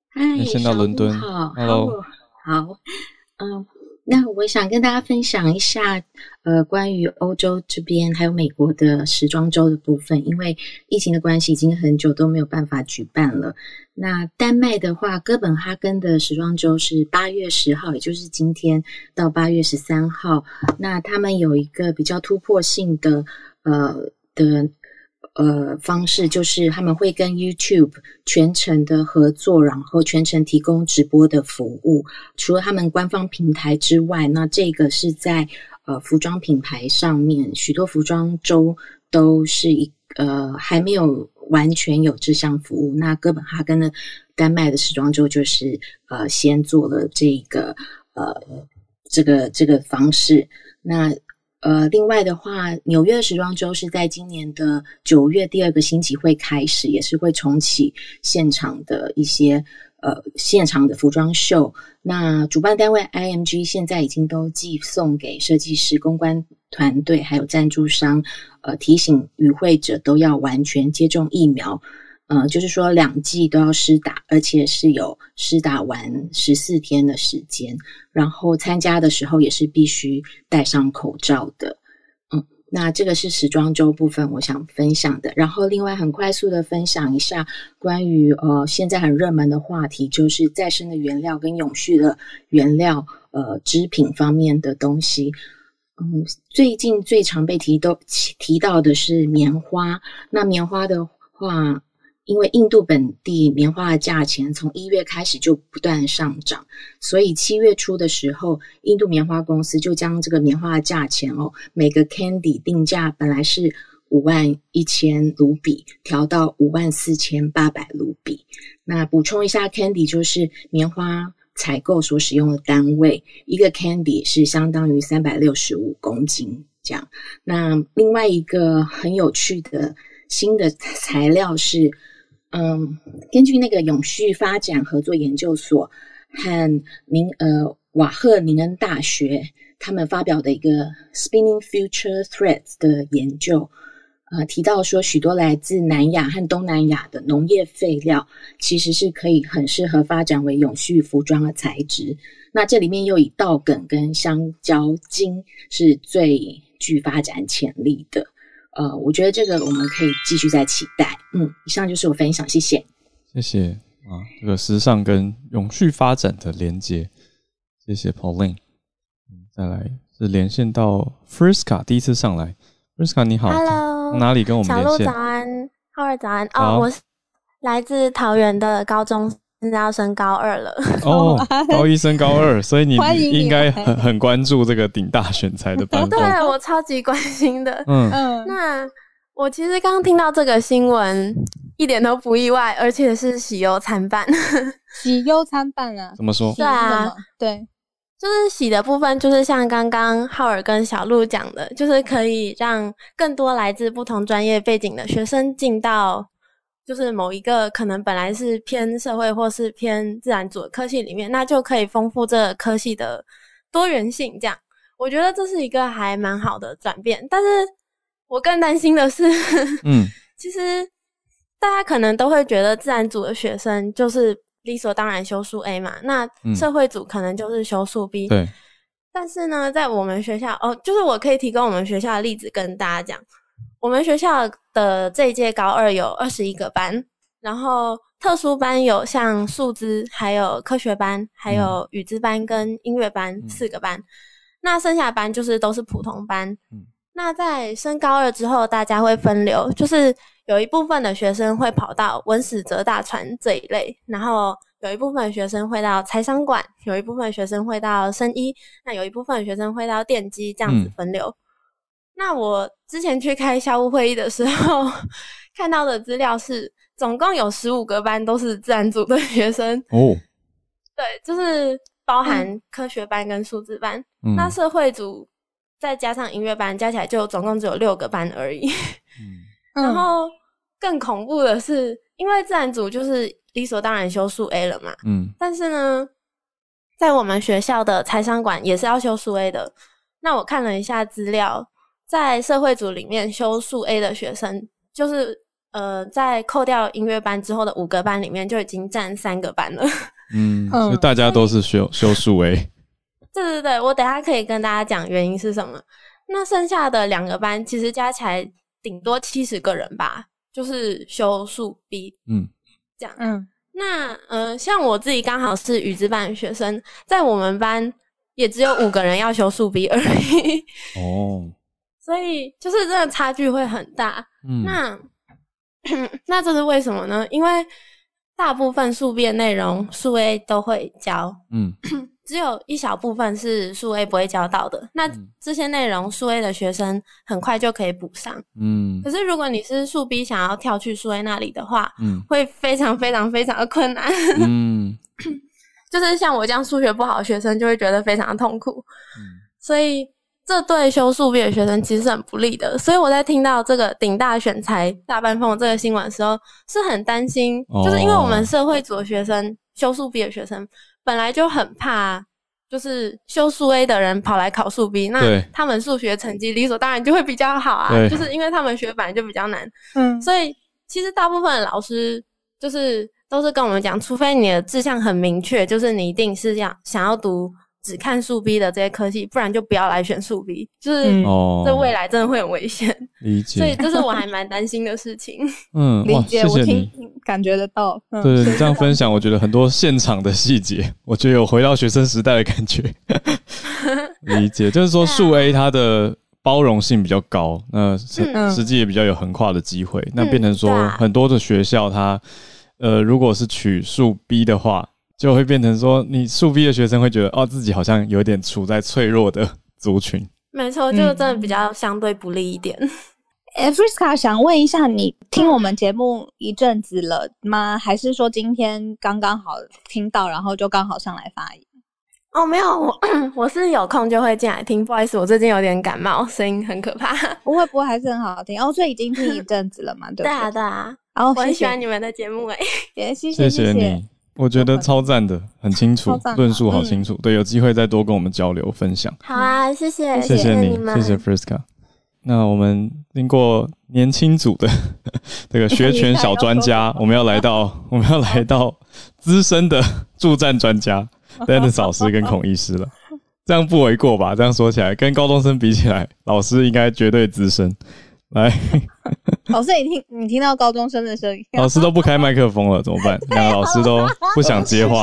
嗨， 先到伦敦。 好 Hello， 好，嗯、呃，那我想跟大家分享一下，呃，关于欧洲这边还有美国的时装周的部分，因为疫情的关系，已经很久都没有办法举办了。那丹麦的话，哥本哈根的时装周是八月十号，也就是今天到八月十三号。那他们有一个比较突破性的，呃的。呃，方式就是他们会跟 YouTube 全程的合作，然后全程提供直播的服务。除了他们官方平台之外，那这个是在呃服装品牌上面，许多服装周都是一呃还没有完全有这项服务。那哥本哈根的丹麦的时装周就是呃先做了这个呃这个这个方式。那呃，另外的话，纽约的时装周是在今年的九月第二个星期会开始，也是会重启现场的一些呃现场的服装秀。那主办单位 I M G 现在已经都寄送给设计师、公关团队还有赞助商，呃，提醒与会者都要完全接种疫苗。呃，就是说两剂都要施打，而且是有施打完十四天的时间，然后参加的时候也是必须戴上口罩的。嗯，那这个是时装周部分我想分享的。然后另外很快速的分享一下关于呃现在很热门的话题，就是再生的原料跟永续的原料呃织品方面的东西。嗯，最近最常被提都提到的是棉花。那棉花的话，因为印度本地棉花的价钱从一月开始就不断上涨，所以七月初的时候，印度棉花公司就将这个棉花的价钱哦，每个 candy 定价本来是五万一千卢比，调到五万四千八百卢比。那补充一下 ，candy 就是棉花采购所使用的单位，一个 candy 是相当于三百六十五公斤这样。那另外一个很有趣的新的材料是。嗯，根据那个永续发展合作研究所和宁呃瓦赫宁恩大学他们发表的一个 Spinning Future Threads 的研究，呃提到说许多来自南亚和东南亚的农业废料其实是可以很适合发展为永续服装的材质。那这里面又以稻梗跟香蕉筋是最具发展潜力的。呃，我觉得这个我们可以继续再期待。嗯，以上就是我分享，谢谢。 谢谢啊，这个时尚跟永续发展的连接，谢谢 Pauline。嗯，再来是连线到 Friska， 第一次上来 ，Friska 你好 ，Hello， 哪里跟我们连线？ 小鹿早安，浩儿早安。哦，我是来自桃园的高中。现在要升高二了哦，高一升高二，所以你应该很很关注这个顶大选才的颁布。 对，我超级关心的。嗯嗯，那我其实刚刚听到这个新闻，一点都不意外，而且是喜忧参半。 喜忧参半啊？ 怎么说？ 对啊， 对， 就是喜的部分，就是像刚刚浩尔跟小鹿讲的，就是可以让更多来自不同专业背景的学生进到。就是某一个可能本来是偏社会或是偏自然组的科系里面，那就可以丰富这个科系的多元性这样。我觉得这是一个还蛮好的转变，但是我更担心的是嗯，其实大家可能都会觉得自然组的学生就是理所当然修数 A 嘛，那社会组可能就是修数 B、嗯、 对。 但是呢在我们学校哦，就是我可以提供我们学校的例子跟大家讲，我们学校的这一届高二有二十一个班，然后特殊班有像数资还有科学班还有语资班跟音乐班、嗯、四个班，那剩下的班就是都是普通班、嗯、那在升高二之后大家会分流，就是有一部分的学生会跑到文史哲大传这一类，然后有一部分的学生会到财商管，有一部分的学生会到生医，那有一部分的学生会到电机，这样子分流、嗯，那我之前去开校务会议的时候看到的资料是总共有十五个班都是自然组的学生哦，对，就是包含科学班跟数字班、嗯、那社会组再加上音乐班加起来就总共只有六个班而已、嗯、然后更恐怖的是因为自然组就是理所当然修数 A 了嘛，嗯，但是呢在我们学校的财商管也是要修数 A 的，那我看了一下资料，在社会组里面修数 A 的学生就是呃，在扣掉音乐班之后的五个班里面，就已经占三个班了。 嗯，所以大家都是修修数 A。 对对对，我等一下可以跟大家讲原因是什么。那剩下的两个班其实加起来顶多七十个人吧，就是修数 B。 嗯， 这样。嗯，那呃，像我自己刚好是语资班的学生，在我们班也只有五个人要修数 B 而已。 哦， 所以就是真的差距会很大。 嗯， 那那这是为什么呢？因为大部分数 B 的内容数 A 都会教， 嗯， 只有一小部分是数 A 不会教到的。那这些内容数 A 的学生很快就可以补上， 嗯。 可是如果你是数 B 想要跳去数 A 那里的话， 嗯， 会非常非常非常的困难。 嗯， 就是像我这样数学不好的学生就会觉得非常的痛苦。 嗯， 所以这对修数 B 的学生其实是很不利的，所以我在听到这个顶大选才大班风这个新闻的时候是很担心， 哦， 就是因为我们社会组的学生修数 B 的学生本来就很怕就是修数 A 的人跑来考数 B， 那他们数学成绩理所当然就会比较好啊，就是因为他们学本来就比较难。嗯，所以其实大部分的老师就是都是跟我们讲，除非你的志向很明确，就是你一定是想想要读只看数 B 的这些科系，不然就不要来选数 B， 就是这未来真的会很危险。 理解， 所以这是我还蛮担心的事情。 嗯， 理解， 谢谢你， 我听感觉得到。嗯、 对你这样分享，我觉得很多现场的细节，我觉得有回到学生时代的感觉。理解，就是说数 A 它的包容性比较高，那实际也比较有横跨的机会，嗯、那变成说很多的学校它呃，如果是取数 B 的话。就会变成说，你数 B 的学生会觉得，哦，自己好像有点处在脆弱的族群。 没错，就是真的比较相对不利一点。 哎 ，Friska 想问一下，你听我们节目一阵子了吗？还是说今天刚刚好听到，然后就刚好上来发言？ 哦，没有，我我是有空就会进来听。不好意思，我最近有点感冒，声音很可怕。 不会，不会，还是很好听。哦，所以已经听一阵子了嘛，对不对？ 对啊，对啊。 然后我很喜欢你们的节目，哎， 也谢谢， 谢谢你。我觉得超赞的，很清楚，论述好清楚。嗯、对，有机会再多跟我们交流分享。 好啊，谢谢， 谢谢你，谢谢 Friska。那我们经过年轻组的这个学权小专家，我们要来到我们要来到资深的助战专家 Dennis 老师跟孔医师了。这样不为过吧？这样说起来，跟高中生比起来，老师应该绝对资深。来， 老师，你听，你听到高中生的声音， 老师都不开麦克风了，怎么办？两个老师都不想接话。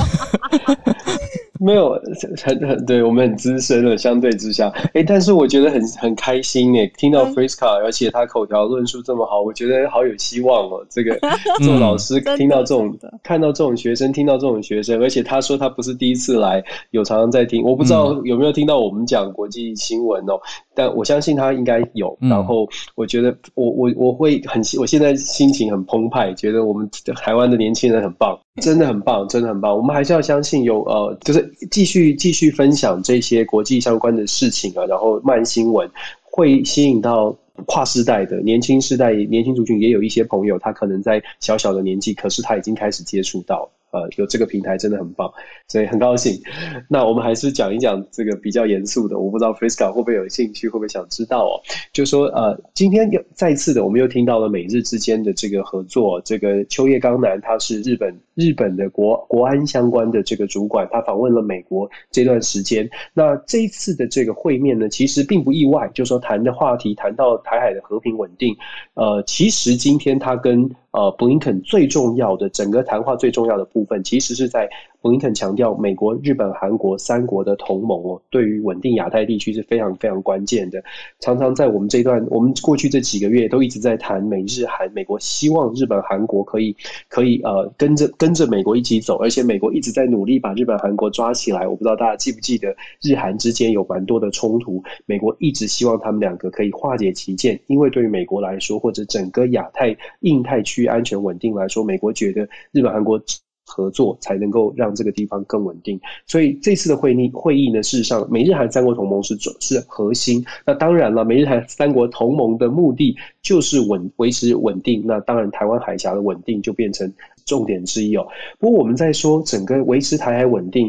没有，很很对，我们很资深了，相对之下，哎，但是我觉得很很开心哎，听到 Friska，、嗯、而且他口条论述这么好，我觉得好有希望哦。这个做老师听到这种、嗯、看到这种学生，听到这种学生，而且他说他不是第一次来，有常常在听，我不知道有没有听到我们讲国际新闻哦，但我相信他应该有。嗯、然后我觉得我我我会很，我现在心情很澎湃，觉得我们台湾的年轻人很棒，真的很棒，真的很棒。我们还是要相信有呃，就是。继续继续分享这些国际相关的事情啊，然后慢新闻会吸引到跨世代的年轻世代、年轻族群，也有一些朋友，他可能在小小的年纪，可是他已经开始接触到，呃，有这个平台真的很棒，所以很高兴。那我们还是讲一讲这个比较严肃的，我不知道 Friska 会不会有兴趣，会不会想知道哦？就说呃，今天又再次的，我们又听到了美日之间的这个合作，这个秋叶刚男他是日本日本的国国安相关的这个主管，他访问了美国这段时间。那这一次的这个会面呢，其实并不意外，就说谈的话题谈到台海的和平稳定，呃，其实今天他跟呃布林肯最重要的整个谈话最重要的部分，其实是在布林肯强调美国、日本、韩国三国的同盟哦，对于稳定亚太地区是非常非常关键的。常常在我们这段，我们过去这几个月都一直在谈美日韩，美国希望日本、韩国可以可以呃跟着跟着美国一起走，而且美国一直在努力把日本、韩国抓起来。我不知道大家记不记得，日韩之间有蛮多的冲突，美国一直希望他们两个可以化解歧见，因为对于美国来说，或者整个亚太、印太区安全稳定来说，美国觉得日本、韩国合作才能够让这个地方更稳定。所以这次的会议会议呢，事实上美日韩三国同盟是是核心。那当然了，美日韩三国同盟的目的就是稳维持稳定，那当然台湾海峡的稳定就变成重点之一哦。不过我们在说整个维持台海稳定，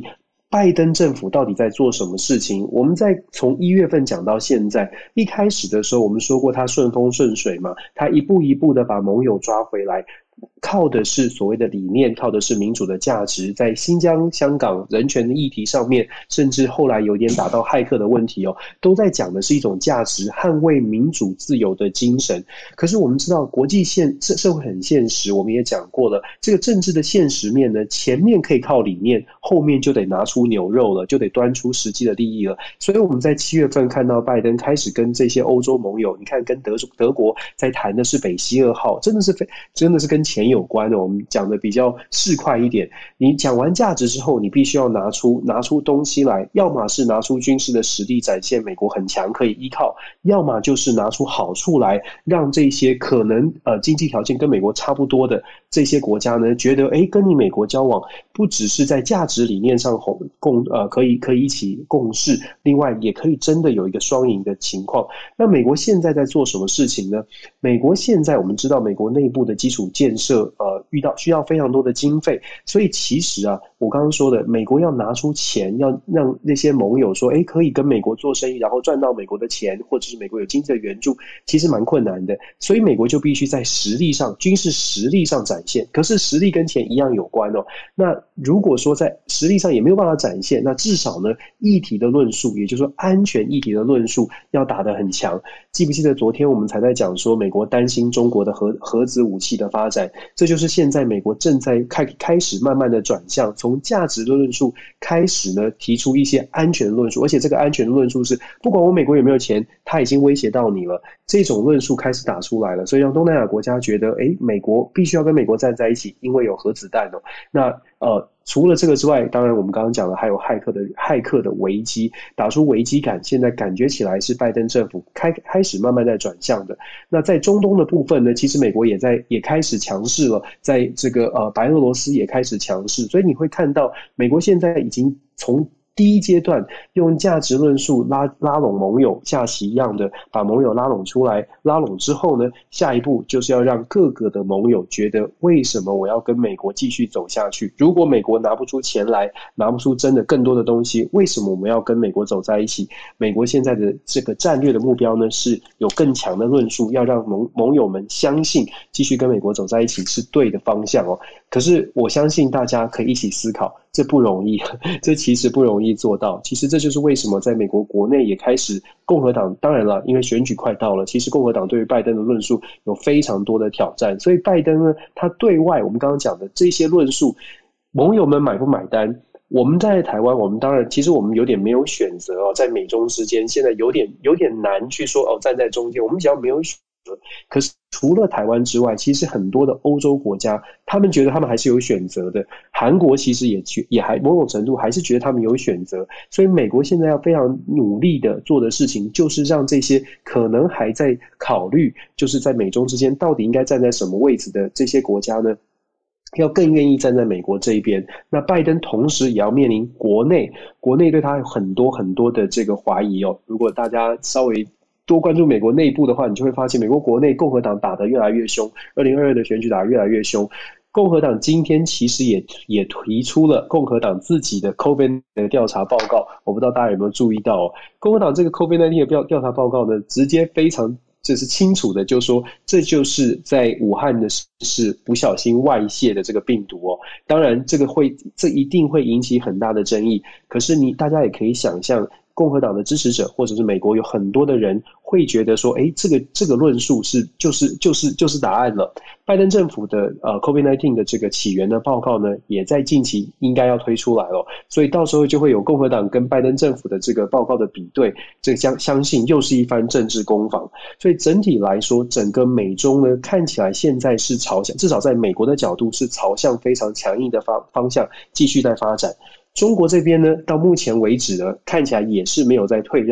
拜登政府到底在做什么事情？我们在从一月份讲到现在，一开始的时候我们说过他顺风顺水嘛，他一步一步的把盟友抓回来，靠的是所谓的理念，靠的是民主的价值，在新疆、香港人权的议题上面，甚至后来有点打到骇客的问题哦，都在讲的是一种价值，捍卫民主自由的精神。可是我们知道国际现社会很现实，我们也讲过了，这个政治的现实面呢，前面可以靠理念，后面就得拿出牛肉了，就得端出实际的利益了。所以我们在七月份看到拜登开始跟这些欧洲盟友，你看跟德德国在谈的是北溪二号，真的是真的是跟钱有关的。我们讲的比较市侩一点，你讲完价值之后，你必须要拿出拿出东西来，要么是拿出军事的实力展现美国很强可以依靠，要么就是拿出好处来，让这些可能呃经济条件跟美国差不多的这些国家呢，觉得诶跟你美国交往不只是在价值理念上共呃可以可以一起共事，另外也可以真的有一个双赢的情况。那美国现在在做什么事情呢？美国现在我们知道美国内部的基础建设呃遇到需要非常多的经费，所以其实啊我刚刚说的，美国要拿出钱，要让那些盟友说诶可以跟美国做生意，然后赚到美国的钱，或者是美国有经济的援助，其实蛮困难的。所以美国就必须在实力上，军事实力上展现，可是实力跟钱一样有关哦。那如果说在实力上也没有办法展现，那至少呢议题的论述，也就是说安全议题的论述要打得很强。记不记得昨天我们才在讲说美国担心中国的核核子武器的发展，这就是现在美国正在开开始慢慢的转向，从价值的论述开始呢提出一些安全的论述，而且这个安全的论述是不管我美国有没有钱，它已经威胁到你了，这种论述开始打出来了，所以让东南亚国家觉得诶美国必须要跟美国站在一起，因为有核子弹哦。那呃除了这个之外，当然我们刚刚讲了还有骇客的骇客的危机，打出危机感，现在感觉起来是拜登政府开开始慢慢在转向的。那在中东的部分呢，其实美国也在也开始强势了，在这个呃白俄罗斯也开始强势，所以你会看到美国现在已经从第一阶段用价值论述拉拉拢盟友，下棋一样的把盟友拉拢出来，拉拢之后呢，下一步就是要让各个的盟友觉得为什么我要跟美国继续走下去，如果美国拿不出钱来，拿不出真的更多的东西，为什么我们要跟美国走在一起？美国现在的这个战略的目标呢，是有更强的论述，要让盟盟友们相信继续跟美国走在一起是对的方向哦。可是我相信大家可以一起思考，这不容易，这其实不容易做到。其实这就是为什么在美国国内也开始共和党，当然了，因为选举快到了，其实共和党对于拜登的论述有非常多的挑战，所以拜登呢，他对外我们刚刚讲的这些论述，盟友们买不买单？我们在台湾，我们当然其实我们有点没有选择哦，在美中之间现在有点有点难去说哦站在中间，我们比较没有选择。可是除了台湾之外，其实很多的欧洲国家，他们觉得他们还是有选择的。韩国其实也也还某种程度还是觉得他们有选择，所以美国现在要非常努力的做的事情，就是让这些可能还在考虑，就是在美中之间到底应该站在什么位置的这些国家呢，要更愿意站在美国这一边。那拜登同时也要面临国内国内对他有很多很多的这个怀疑哦。如果大家稍微多关注美国内部的话，你就会发现美国国内共和党打得越来越凶，二零二二的选举打得越来越凶。共和党今天其实也也提出了共和党自己的 COVID 的调查报告，我不知道大家有没有注意到哦。共和党这个 COVID 十九 的调查报告呢，直接非常就是清楚的就说，这就是在武汉的是不小心外泄的这个病毒哦。当然这个会这一定会引起很大的争议，可是你大家也可以想象，共和党的支持者或者是美国有很多的人会觉得说，诶，这个这个论述是就是就是就是答案了。拜登政府的呃 COVID 十九 的这个起源的报告呢，也在近期应该要推出来了，所以到时候就会有共和党跟拜登政府的这个报告的比对，这个相相信又是一番政治攻防。所以整体来说，整个美中呢看起来现在是朝向，至少在美国的角度是朝向非常强硬的方方向继续在发展。中国这边呢，到目前为止呢，看起来也是没有在退让的。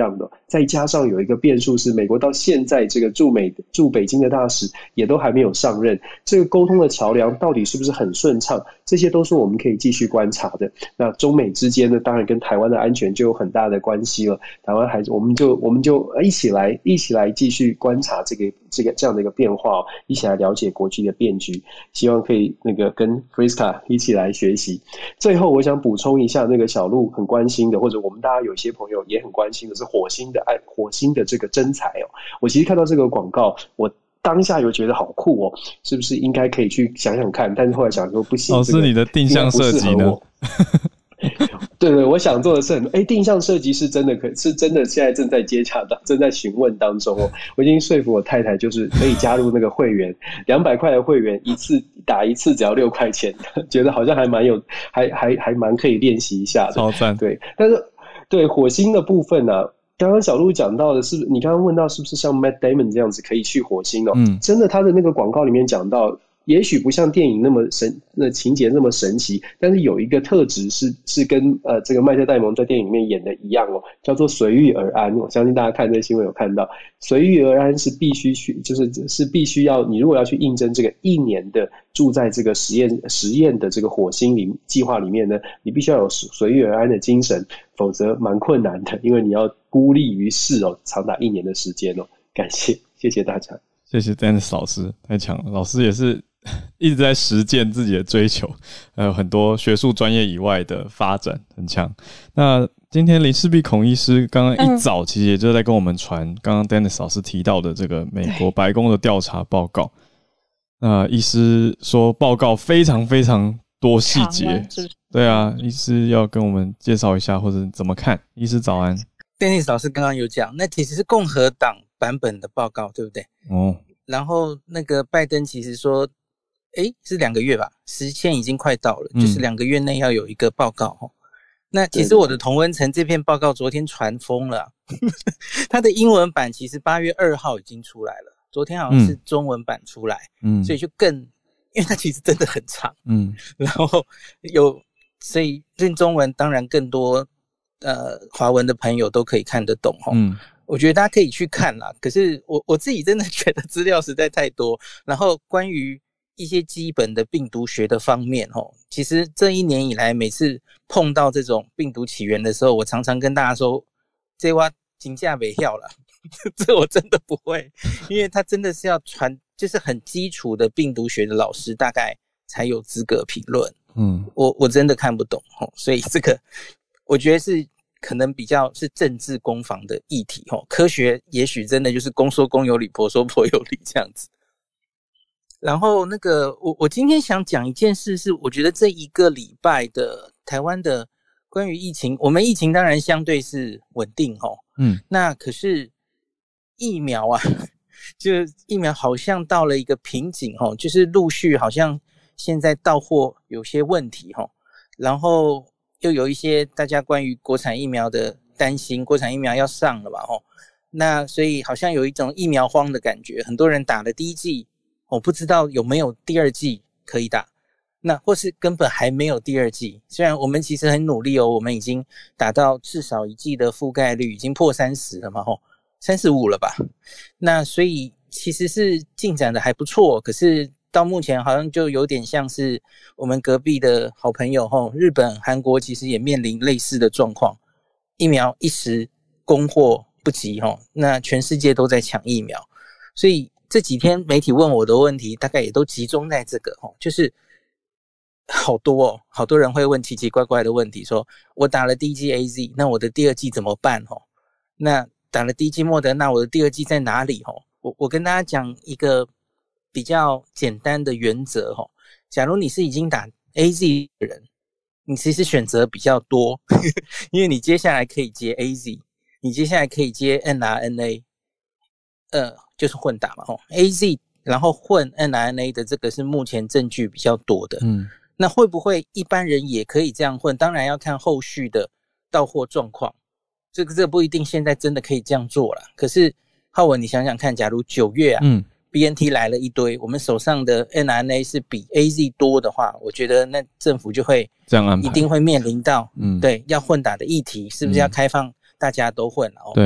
再加上有一个变数是美国到现在这个驻美驻北京的大使也都还没有上任，这个沟通的桥梁到底是不是很顺畅，这些都是我们可以继续观察的。那中美之间呢，当然跟台湾的安全就有很大的关系了。台湾还是我们就我们就一起来一起来继续观察这个这个这样的一个变化、哦，一起来了解国际的变局，希望可以那个跟 Friska 一起来学习。最后我想补充一下，那个小鹿很关心的，或者我们大家有些朋友也很关心的是火星的爱火星的这个征才哦。我其实看到这个广告，我当下有觉得好酷哦，是不是应该可以去想想看？但是后来想说不行， 哦，是你的定向设计呢？ 对对，我想做的是很多，哎，定向设计是真的可是真的，现在正在接洽当，正在询问当中哦。我已经说服我太太，就是可以加入那个会员，两百块的会员，一次打一次只要六块钱，觉得好像还蛮有，还还还蛮可以练习一下的， 超赞。 对，但是对火星的部分呢、啊？刚刚小鹿讲到的是，你刚刚问到是不是像 Matt Damon 这样子可以去火星哦？嗯，真的，他的那个广告里面讲到，也许不像电影那么神，那情节那么神奇，但是有一个特质是是跟呃这个麦特戴蒙在电影里面演的一样哦，叫做随遇而安。我相信大家看这个新闻有看到，随遇而安是必须去，就是是必须要你如果要去应征这个一年的住在这个实验实验的这个火星里计划里面呢，你必须要有随遇而安的精神，否则蛮困难的，因为你要孤立于世哦，长达一年的时间哦。感谢，谢谢大家， 谢谢 Dennis 老师，太强了。老师也是一直在实践自己的追求，还有很多学术专业以外的发展，很强。那今天林氏璧孔医师刚刚一早其实也就在跟我们传刚刚 Dennis 老师提到的这个美国白宫的调查报告。那医师说报告非常非常多细节，对啊，医师要跟我们介绍一下或者怎么看。医师早安。 Dennis 老师刚刚有讲，那其实是共和党版本的报告，对不对？哦。然后那个拜登其实说，诶，是两个月吧，时间已经快到了，嗯、就是两个月内要有一个报告。哦、那其实我的同温层这篇报告昨天传疯了，它的英文版其实八月二号已经出来了，昨天好像是中文版出来，嗯，所以就更，因为它其实真的很长，嗯，然后有，所以用中文当然更多。呃，华文的朋友都可以看得懂齁。嗯，我觉得大家可以去看啦。可是我我自己真的觉得资料实在太多。然后关于一些基本的病毒学的方面齁，其实这一年以来，每次碰到这种病毒起源的时候，我常常跟大家说，这我真的不晓啦，这我真的不会，因为他真的是要传，就是很基础的病毒学的老师大概才有资格评论。嗯，我我真的看不懂齁，所以这个。我觉得是可能比较是政治攻防的议题齁，科学也许真的就是公说公有理，婆说婆有理这样子。然后那个我我今天想讲一件事是，我觉得这一个礼拜的台湾的关于疫情，我们疫情当然相对是稳定齁，嗯，那可是疫苗啊，就疫苗好像到了一个瓶颈齁，就是陆续好像现在到货有些问题齁，然后。又有一些大家关于国产疫苗的担心，国产疫苗要上了吧齁，那所以好像有一种疫苗荒的感觉，很多人打了第一剂，我不知道有没有第二剂可以打，那或是根本还没有第二剂，虽然我们其实很努力哦，我们已经达到至少一剂的覆盖率已经破三十了嘛齁，三十五了吧，那所以其实是进展的还不错，可是到目前好像就有点像是我们隔壁的好朋友齁，日本、韩国其实也面临类似的状况，疫苗一时供货不及齁，那全世界都在抢疫苗，所以这几天媒体问我的问题大概也都集中在这个齁，就是好多哦，好多人会问奇奇怪怪的问题，说我打了第一剂 A Z， 那我的第二剂怎么办齁？那打了第一剂莫德纳，我的第二剂在哪里齁？我我跟大家讲一个比较简单的原则齁，假如你是已经打 A Z 的人，你其实选择比较多，呵呵，因为你接下来可以接 A Z， 你接下来可以接 N R N A， 呃，就是混打嘛齁 ，A Z 然后混 N R N A 的这个是目前证据比较多的，嗯，那会不会一般人也可以这样混？当然要看后续的到货状况，这个这不一定现在真的可以这样做了。可是浩文，你想想看，假如九月啊，嗯。B N T 来了一堆，我们手上的 N R N A 是比 A Z 多的话，我觉得那政府就会这样安排，一定会面临到嗯，对，要混打的议题，是不是要开放大家都混哦？对，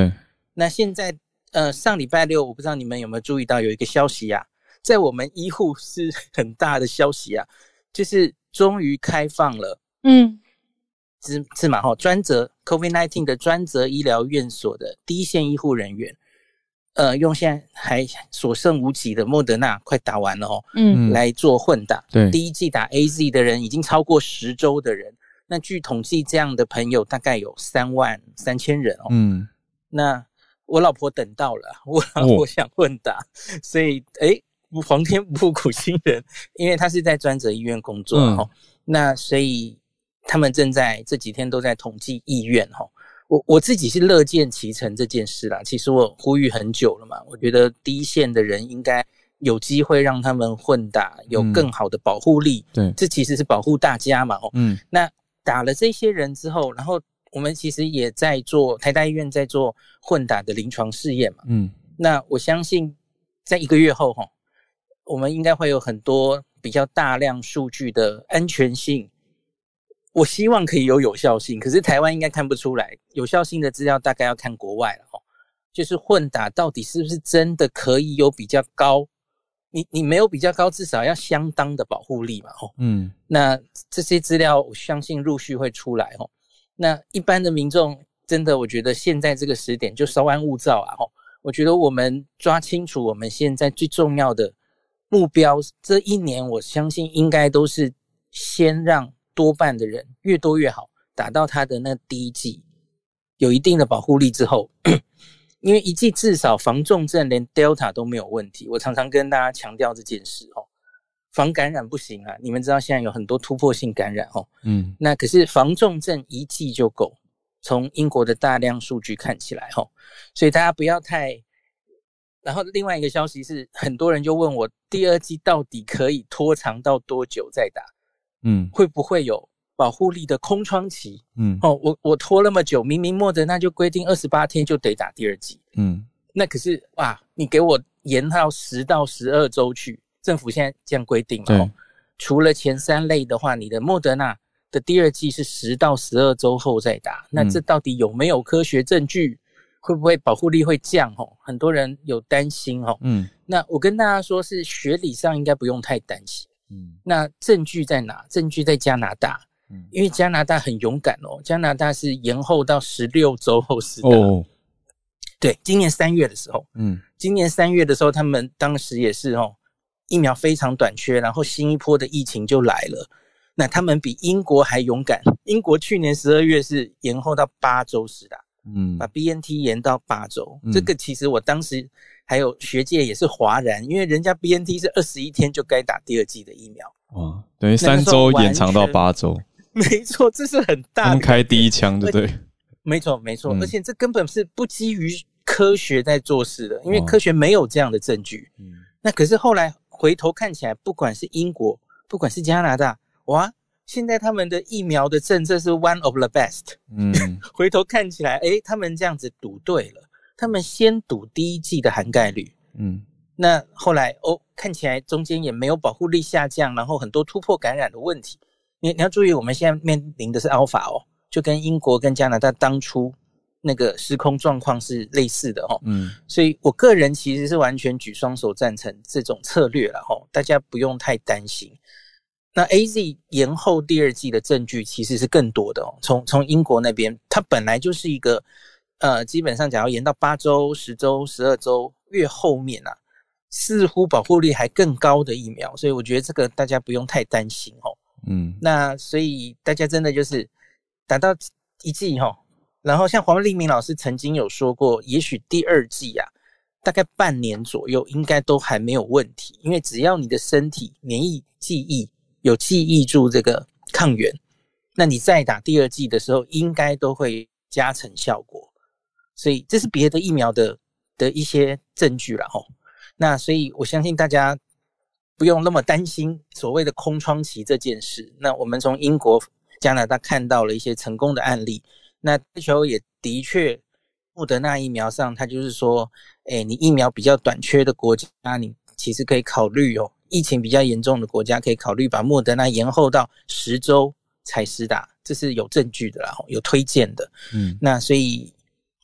那现在呃上礼拜六，我不知道你们有没有注意到有一个消息啊，在我们医护是很大的消息啊，就是终于开放了，嗯，是是嘛哈，专责 COVID 十九 的专责医疗院所的第一线医护人员，呃，用现在还所剩无几的莫德纳快打完了哦，嗯，来做混打。对，第一剂打 A Z 的人已经超过十周的人，那据统计，这样的朋友大概有三万三千人哦。嗯，那我老婆等到了，我老婆想混打，哦、所以诶，皇天不负苦心人，因为他是在专责医院工作哦，嗯、那所以他们正在这几天都在统计意愿哦。我我自己是乐见其成这件事啦，其实我呼吁很久了嘛，我觉得第一线的人应该有机会让他们混打，有更好的保护力。对、嗯，这其实是保护大家嘛。哦，嗯，那打了这些人之后，然后我们其实也在做台大医院在做混打的临床试验嘛。嗯，那我相信在一个月后哈，我们应该会有很多比较大量数据的安全性。我希望可以有有效性，可是台湾应该看不出来。有效性的资料大概要看国外了哦。就是混打到底是不是真的可以有比较高？你你没有比较高，至少要相当的保护力嘛哦。嗯，那这些资料我相信陆续会出来哦。那一般的民众真的，我觉得现在这个时点就稍安勿躁啊哦。我觉得我们抓清楚我们现在最重要的目标，这一年我相信应该都是先让多半的人越多越好，打到他的那第一剂有一定的保护力之后，因为一剂至少防重症，连 Delta 都没有问题。我常常跟大家强调这件事哦，防感染不行啊，你们知道现在有很多突破性感染哦，嗯，那可是防重症一剂就够。从英国的大量数据看起来哦，所以大家不要太。然后另外一个消息是，很多人就问我，第二剂到底可以拖长到多久再打？嗯，会不会有保护力的空窗期？嗯，哦，我我拖那么久，明明莫德纳就规定二十八天就得打第二剂，嗯，那可是哇，你给我延到十到十二周去，政府现在这样规定嘛？哦，除了前三类的话，你的莫德纳的第二剂是十到十二周后再打，那这到底有没有科学证据？会不会保护力会降？哦，很多人有担心哦。嗯，那我跟大家说，是学理上应该不用太担心。嗯，那证据在哪？证据在加拿大。嗯，因为加拿大很勇敢哦，加拿大是延后到十六周后施打。哦，对，今年三月的时候，嗯，今年三月的时候，他们当时也是哦，疫苗非常短缺，然后新一波的疫情就来了。那他们比英国还勇敢，英国去年十二月是延后到八周施打。嗯，把 B N T 延到八周，嗯，这个其实我当时还有学界也是哗然，因为人家 B N T 是二十一天就该打第二剂的疫苗，哇， 等于三周延长到八周， 没错，这是很大的， 刚开第一枪，对不对？ 没错，没错，嗯，而且这根本是不基于科学在做事的，因为科学没有这样的证据。嗯，那可是后来回头看起来，不管是英国，不管是加拿大，哇！现在他们的疫苗的政策是 one of the best， 嗯，回头看起来，诶，他们这样子赌对了，他们先赌第一剂的涵盖率，嗯，那后来哦，看起来中间也没有保护力下降，然后很多突破感染的问题。你你要注意，我们现在面临的是 Alpha 哦，就跟英国跟加拿大当初那个失控状况是类似的哦，嗯，所以我个人其实是完全举双手赞成这种策略了哦，大家不用太担心。那 A Z 延后第二剂的证据其实是更多的哦，从从英国那边，它本来就是一个呃，基本上假如延到八周、十周、十二周越后面啊，似乎保护力还更高的疫苗，所以我觉得这个大家不用太担心哦。嗯，那所以大家真的就是打到一剂哦，然后像黄立明老师曾经有说过，也许第二剂啊，大概半年左右应该都还没有问题，因为只要你的身体免疫记忆有记忆住这个抗原，那你再打第二剂的时候应该都会加成效果，所以这是别的疫苗的的一些证据啦齁。那所以我相信大家不用那么担心所谓的空窗期这件事。那我们从英国、加拿大看到了一些成功的案例，那 W H O 也的确莫德纳疫苗上它就是说，诶，你疫苗比较短缺的国家，你其实可以考虑哦，疫情比较严重的国家可以考虑把莫德纳延后到十周才施打，这是有证据的啦，有推荐的。嗯，那所以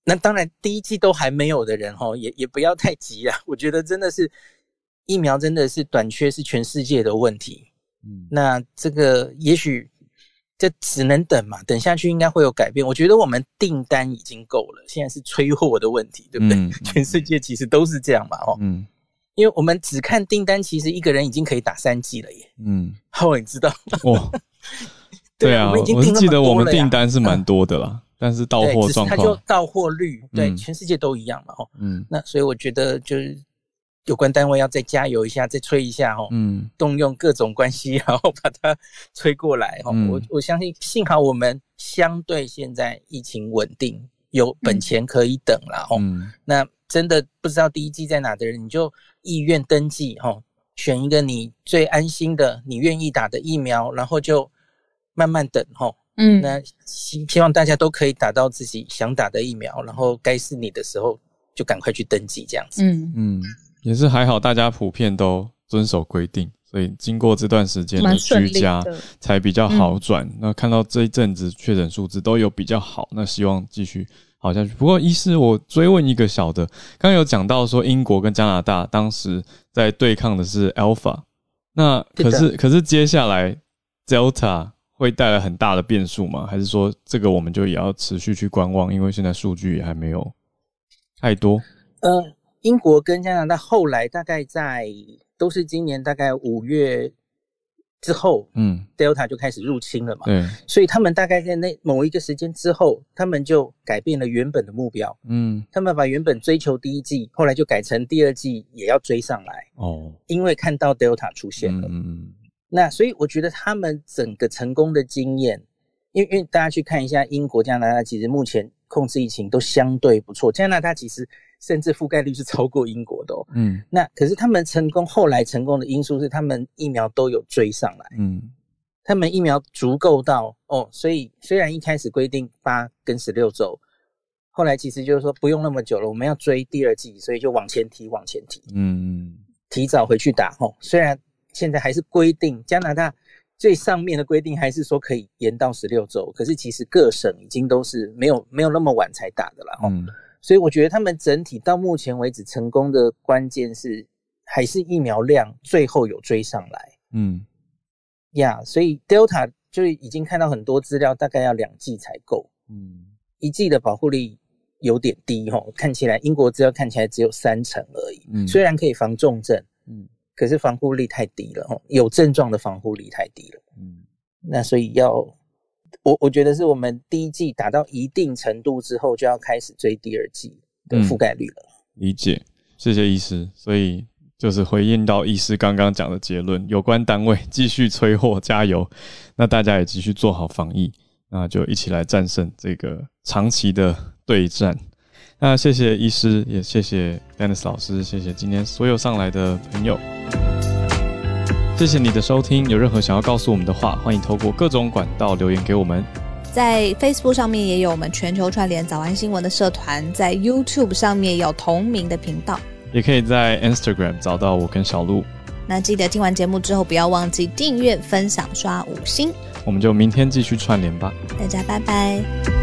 那当然第一剂都还没有的人齁，也也不要太急啊。我觉得真的是疫苗真的是短缺是全世界的问题。嗯，那这个也许这只能等嘛，等下去应该会有改变。我觉得我们订单已经够了，现在是催货的问题，对不对？嗯、全世界其实都是这样嘛，哦，嗯，因为我们只看订单，其实一个人已经可以打三剂了耶。嗯，后你知道哇？ 对啊，我是记得我们订单是蛮多的啦，嗯、但是到货状况， 它就到货率，对，嗯、全世界都一样嘛，哦，嗯，那所以我觉得就是有关单位要再加油一下，再催一下，哦，嗯，动用各种关系，然后把它催过来，哦，嗯、我我相信，幸好我们相对现在疫情稳定，有本钱可以等啦，哦，嗯，那真的不知道第一剂在哪的人，你就意愿登记，哦，选一个你最安心的、你愿意打的疫苗，然后就慢慢等，齁，嗯，那希希望大家都可以打到自己想打的疫苗，然后该是你的时候就赶快去登记，这样子。嗯嗯，也是还好，大家普遍都遵守规定，所以经过这段时间的居家才比较好转。嗯、那看到这一阵子确诊数字都有比较好，那希望继续好下去。不过医师，我追问一个小的，刚刚有讲到说英国跟加拿大当时在对抗的是 Alpha， 那可是可是接下来 Delta会带来很大的变数吗？还是说这个我们就也要持续去观望，因为现在数据也还没有太多。 呃，英国跟加拿大后来大概在都是今年大概五月之后，嗯 ，Delta 就开始入侵了嘛，对，所以他们大概在那某一个时间之后，他们就改变了原本的目标，嗯，他们把原本追求第一季，后来就改成第二季也要追上来，哦，因为看到 Delta 出现了，嗯嗯。那所以我觉得他们整个成功的经验，因为因为大家去看一下英国、加拿大，其实目前控制疫情都相对不错。加拿大其实甚至覆盖率是超过英国的哦。嗯，那可是他们成功，后来成功的因素是他们疫苗都有追上来。嗯，他们疫苗足够到哦，所以虽然一开始规定八跟十六周，后来其实就是说不用那么久了，我们要追第二剂，所以就往前提，往前提。嗯，提早回去打哦，虽然。现在还是规定，加拿大最上面的规定还是说可以延到十六周，可是其实各省已经都是没有没有那么晚才打的啦，嗯，所以我觉得他们整体到目前为止成功的关键是还是疫苗量最后有追上来，嗯，呀、yeah, 所以 Delta 就已经看到很多资料，大概要两剂才够，嗯，一剂的保护力有点低齁，看起来英国资料看起来只有三成而已，嗯，虽然可以防重症，嗯。可是防护力太低了，有症状的防护力太低了。嗯，那所以要我我觉得是我们第一剂打到一定程度之后，就要开始追第二剂的覆盖率了。嗯、 理解，谢谢医师。所以就是回应到医师刚刚讲的结论，有关单位继续催货，加油。那大家也继续做好防疫，那就一起来战胜这个长期的对战。那谢谢医师，也谢谢 Dennis 老师，谢谢今天所有上来的朋友，谢谢你的收听。有任何想要告诉我们的话，欢迎透过各种管道留言给我们。 在 Facebook 上面也有我们全球串联早安新闻的社团，在 YouTube 上面也有同名的频道， 也可以在 Instagram 找到我跟小鹿。 那记得听完节目之后不要忘记订阅、分享、刷五星。 我们就明天继续串联吧， 大家拜拜。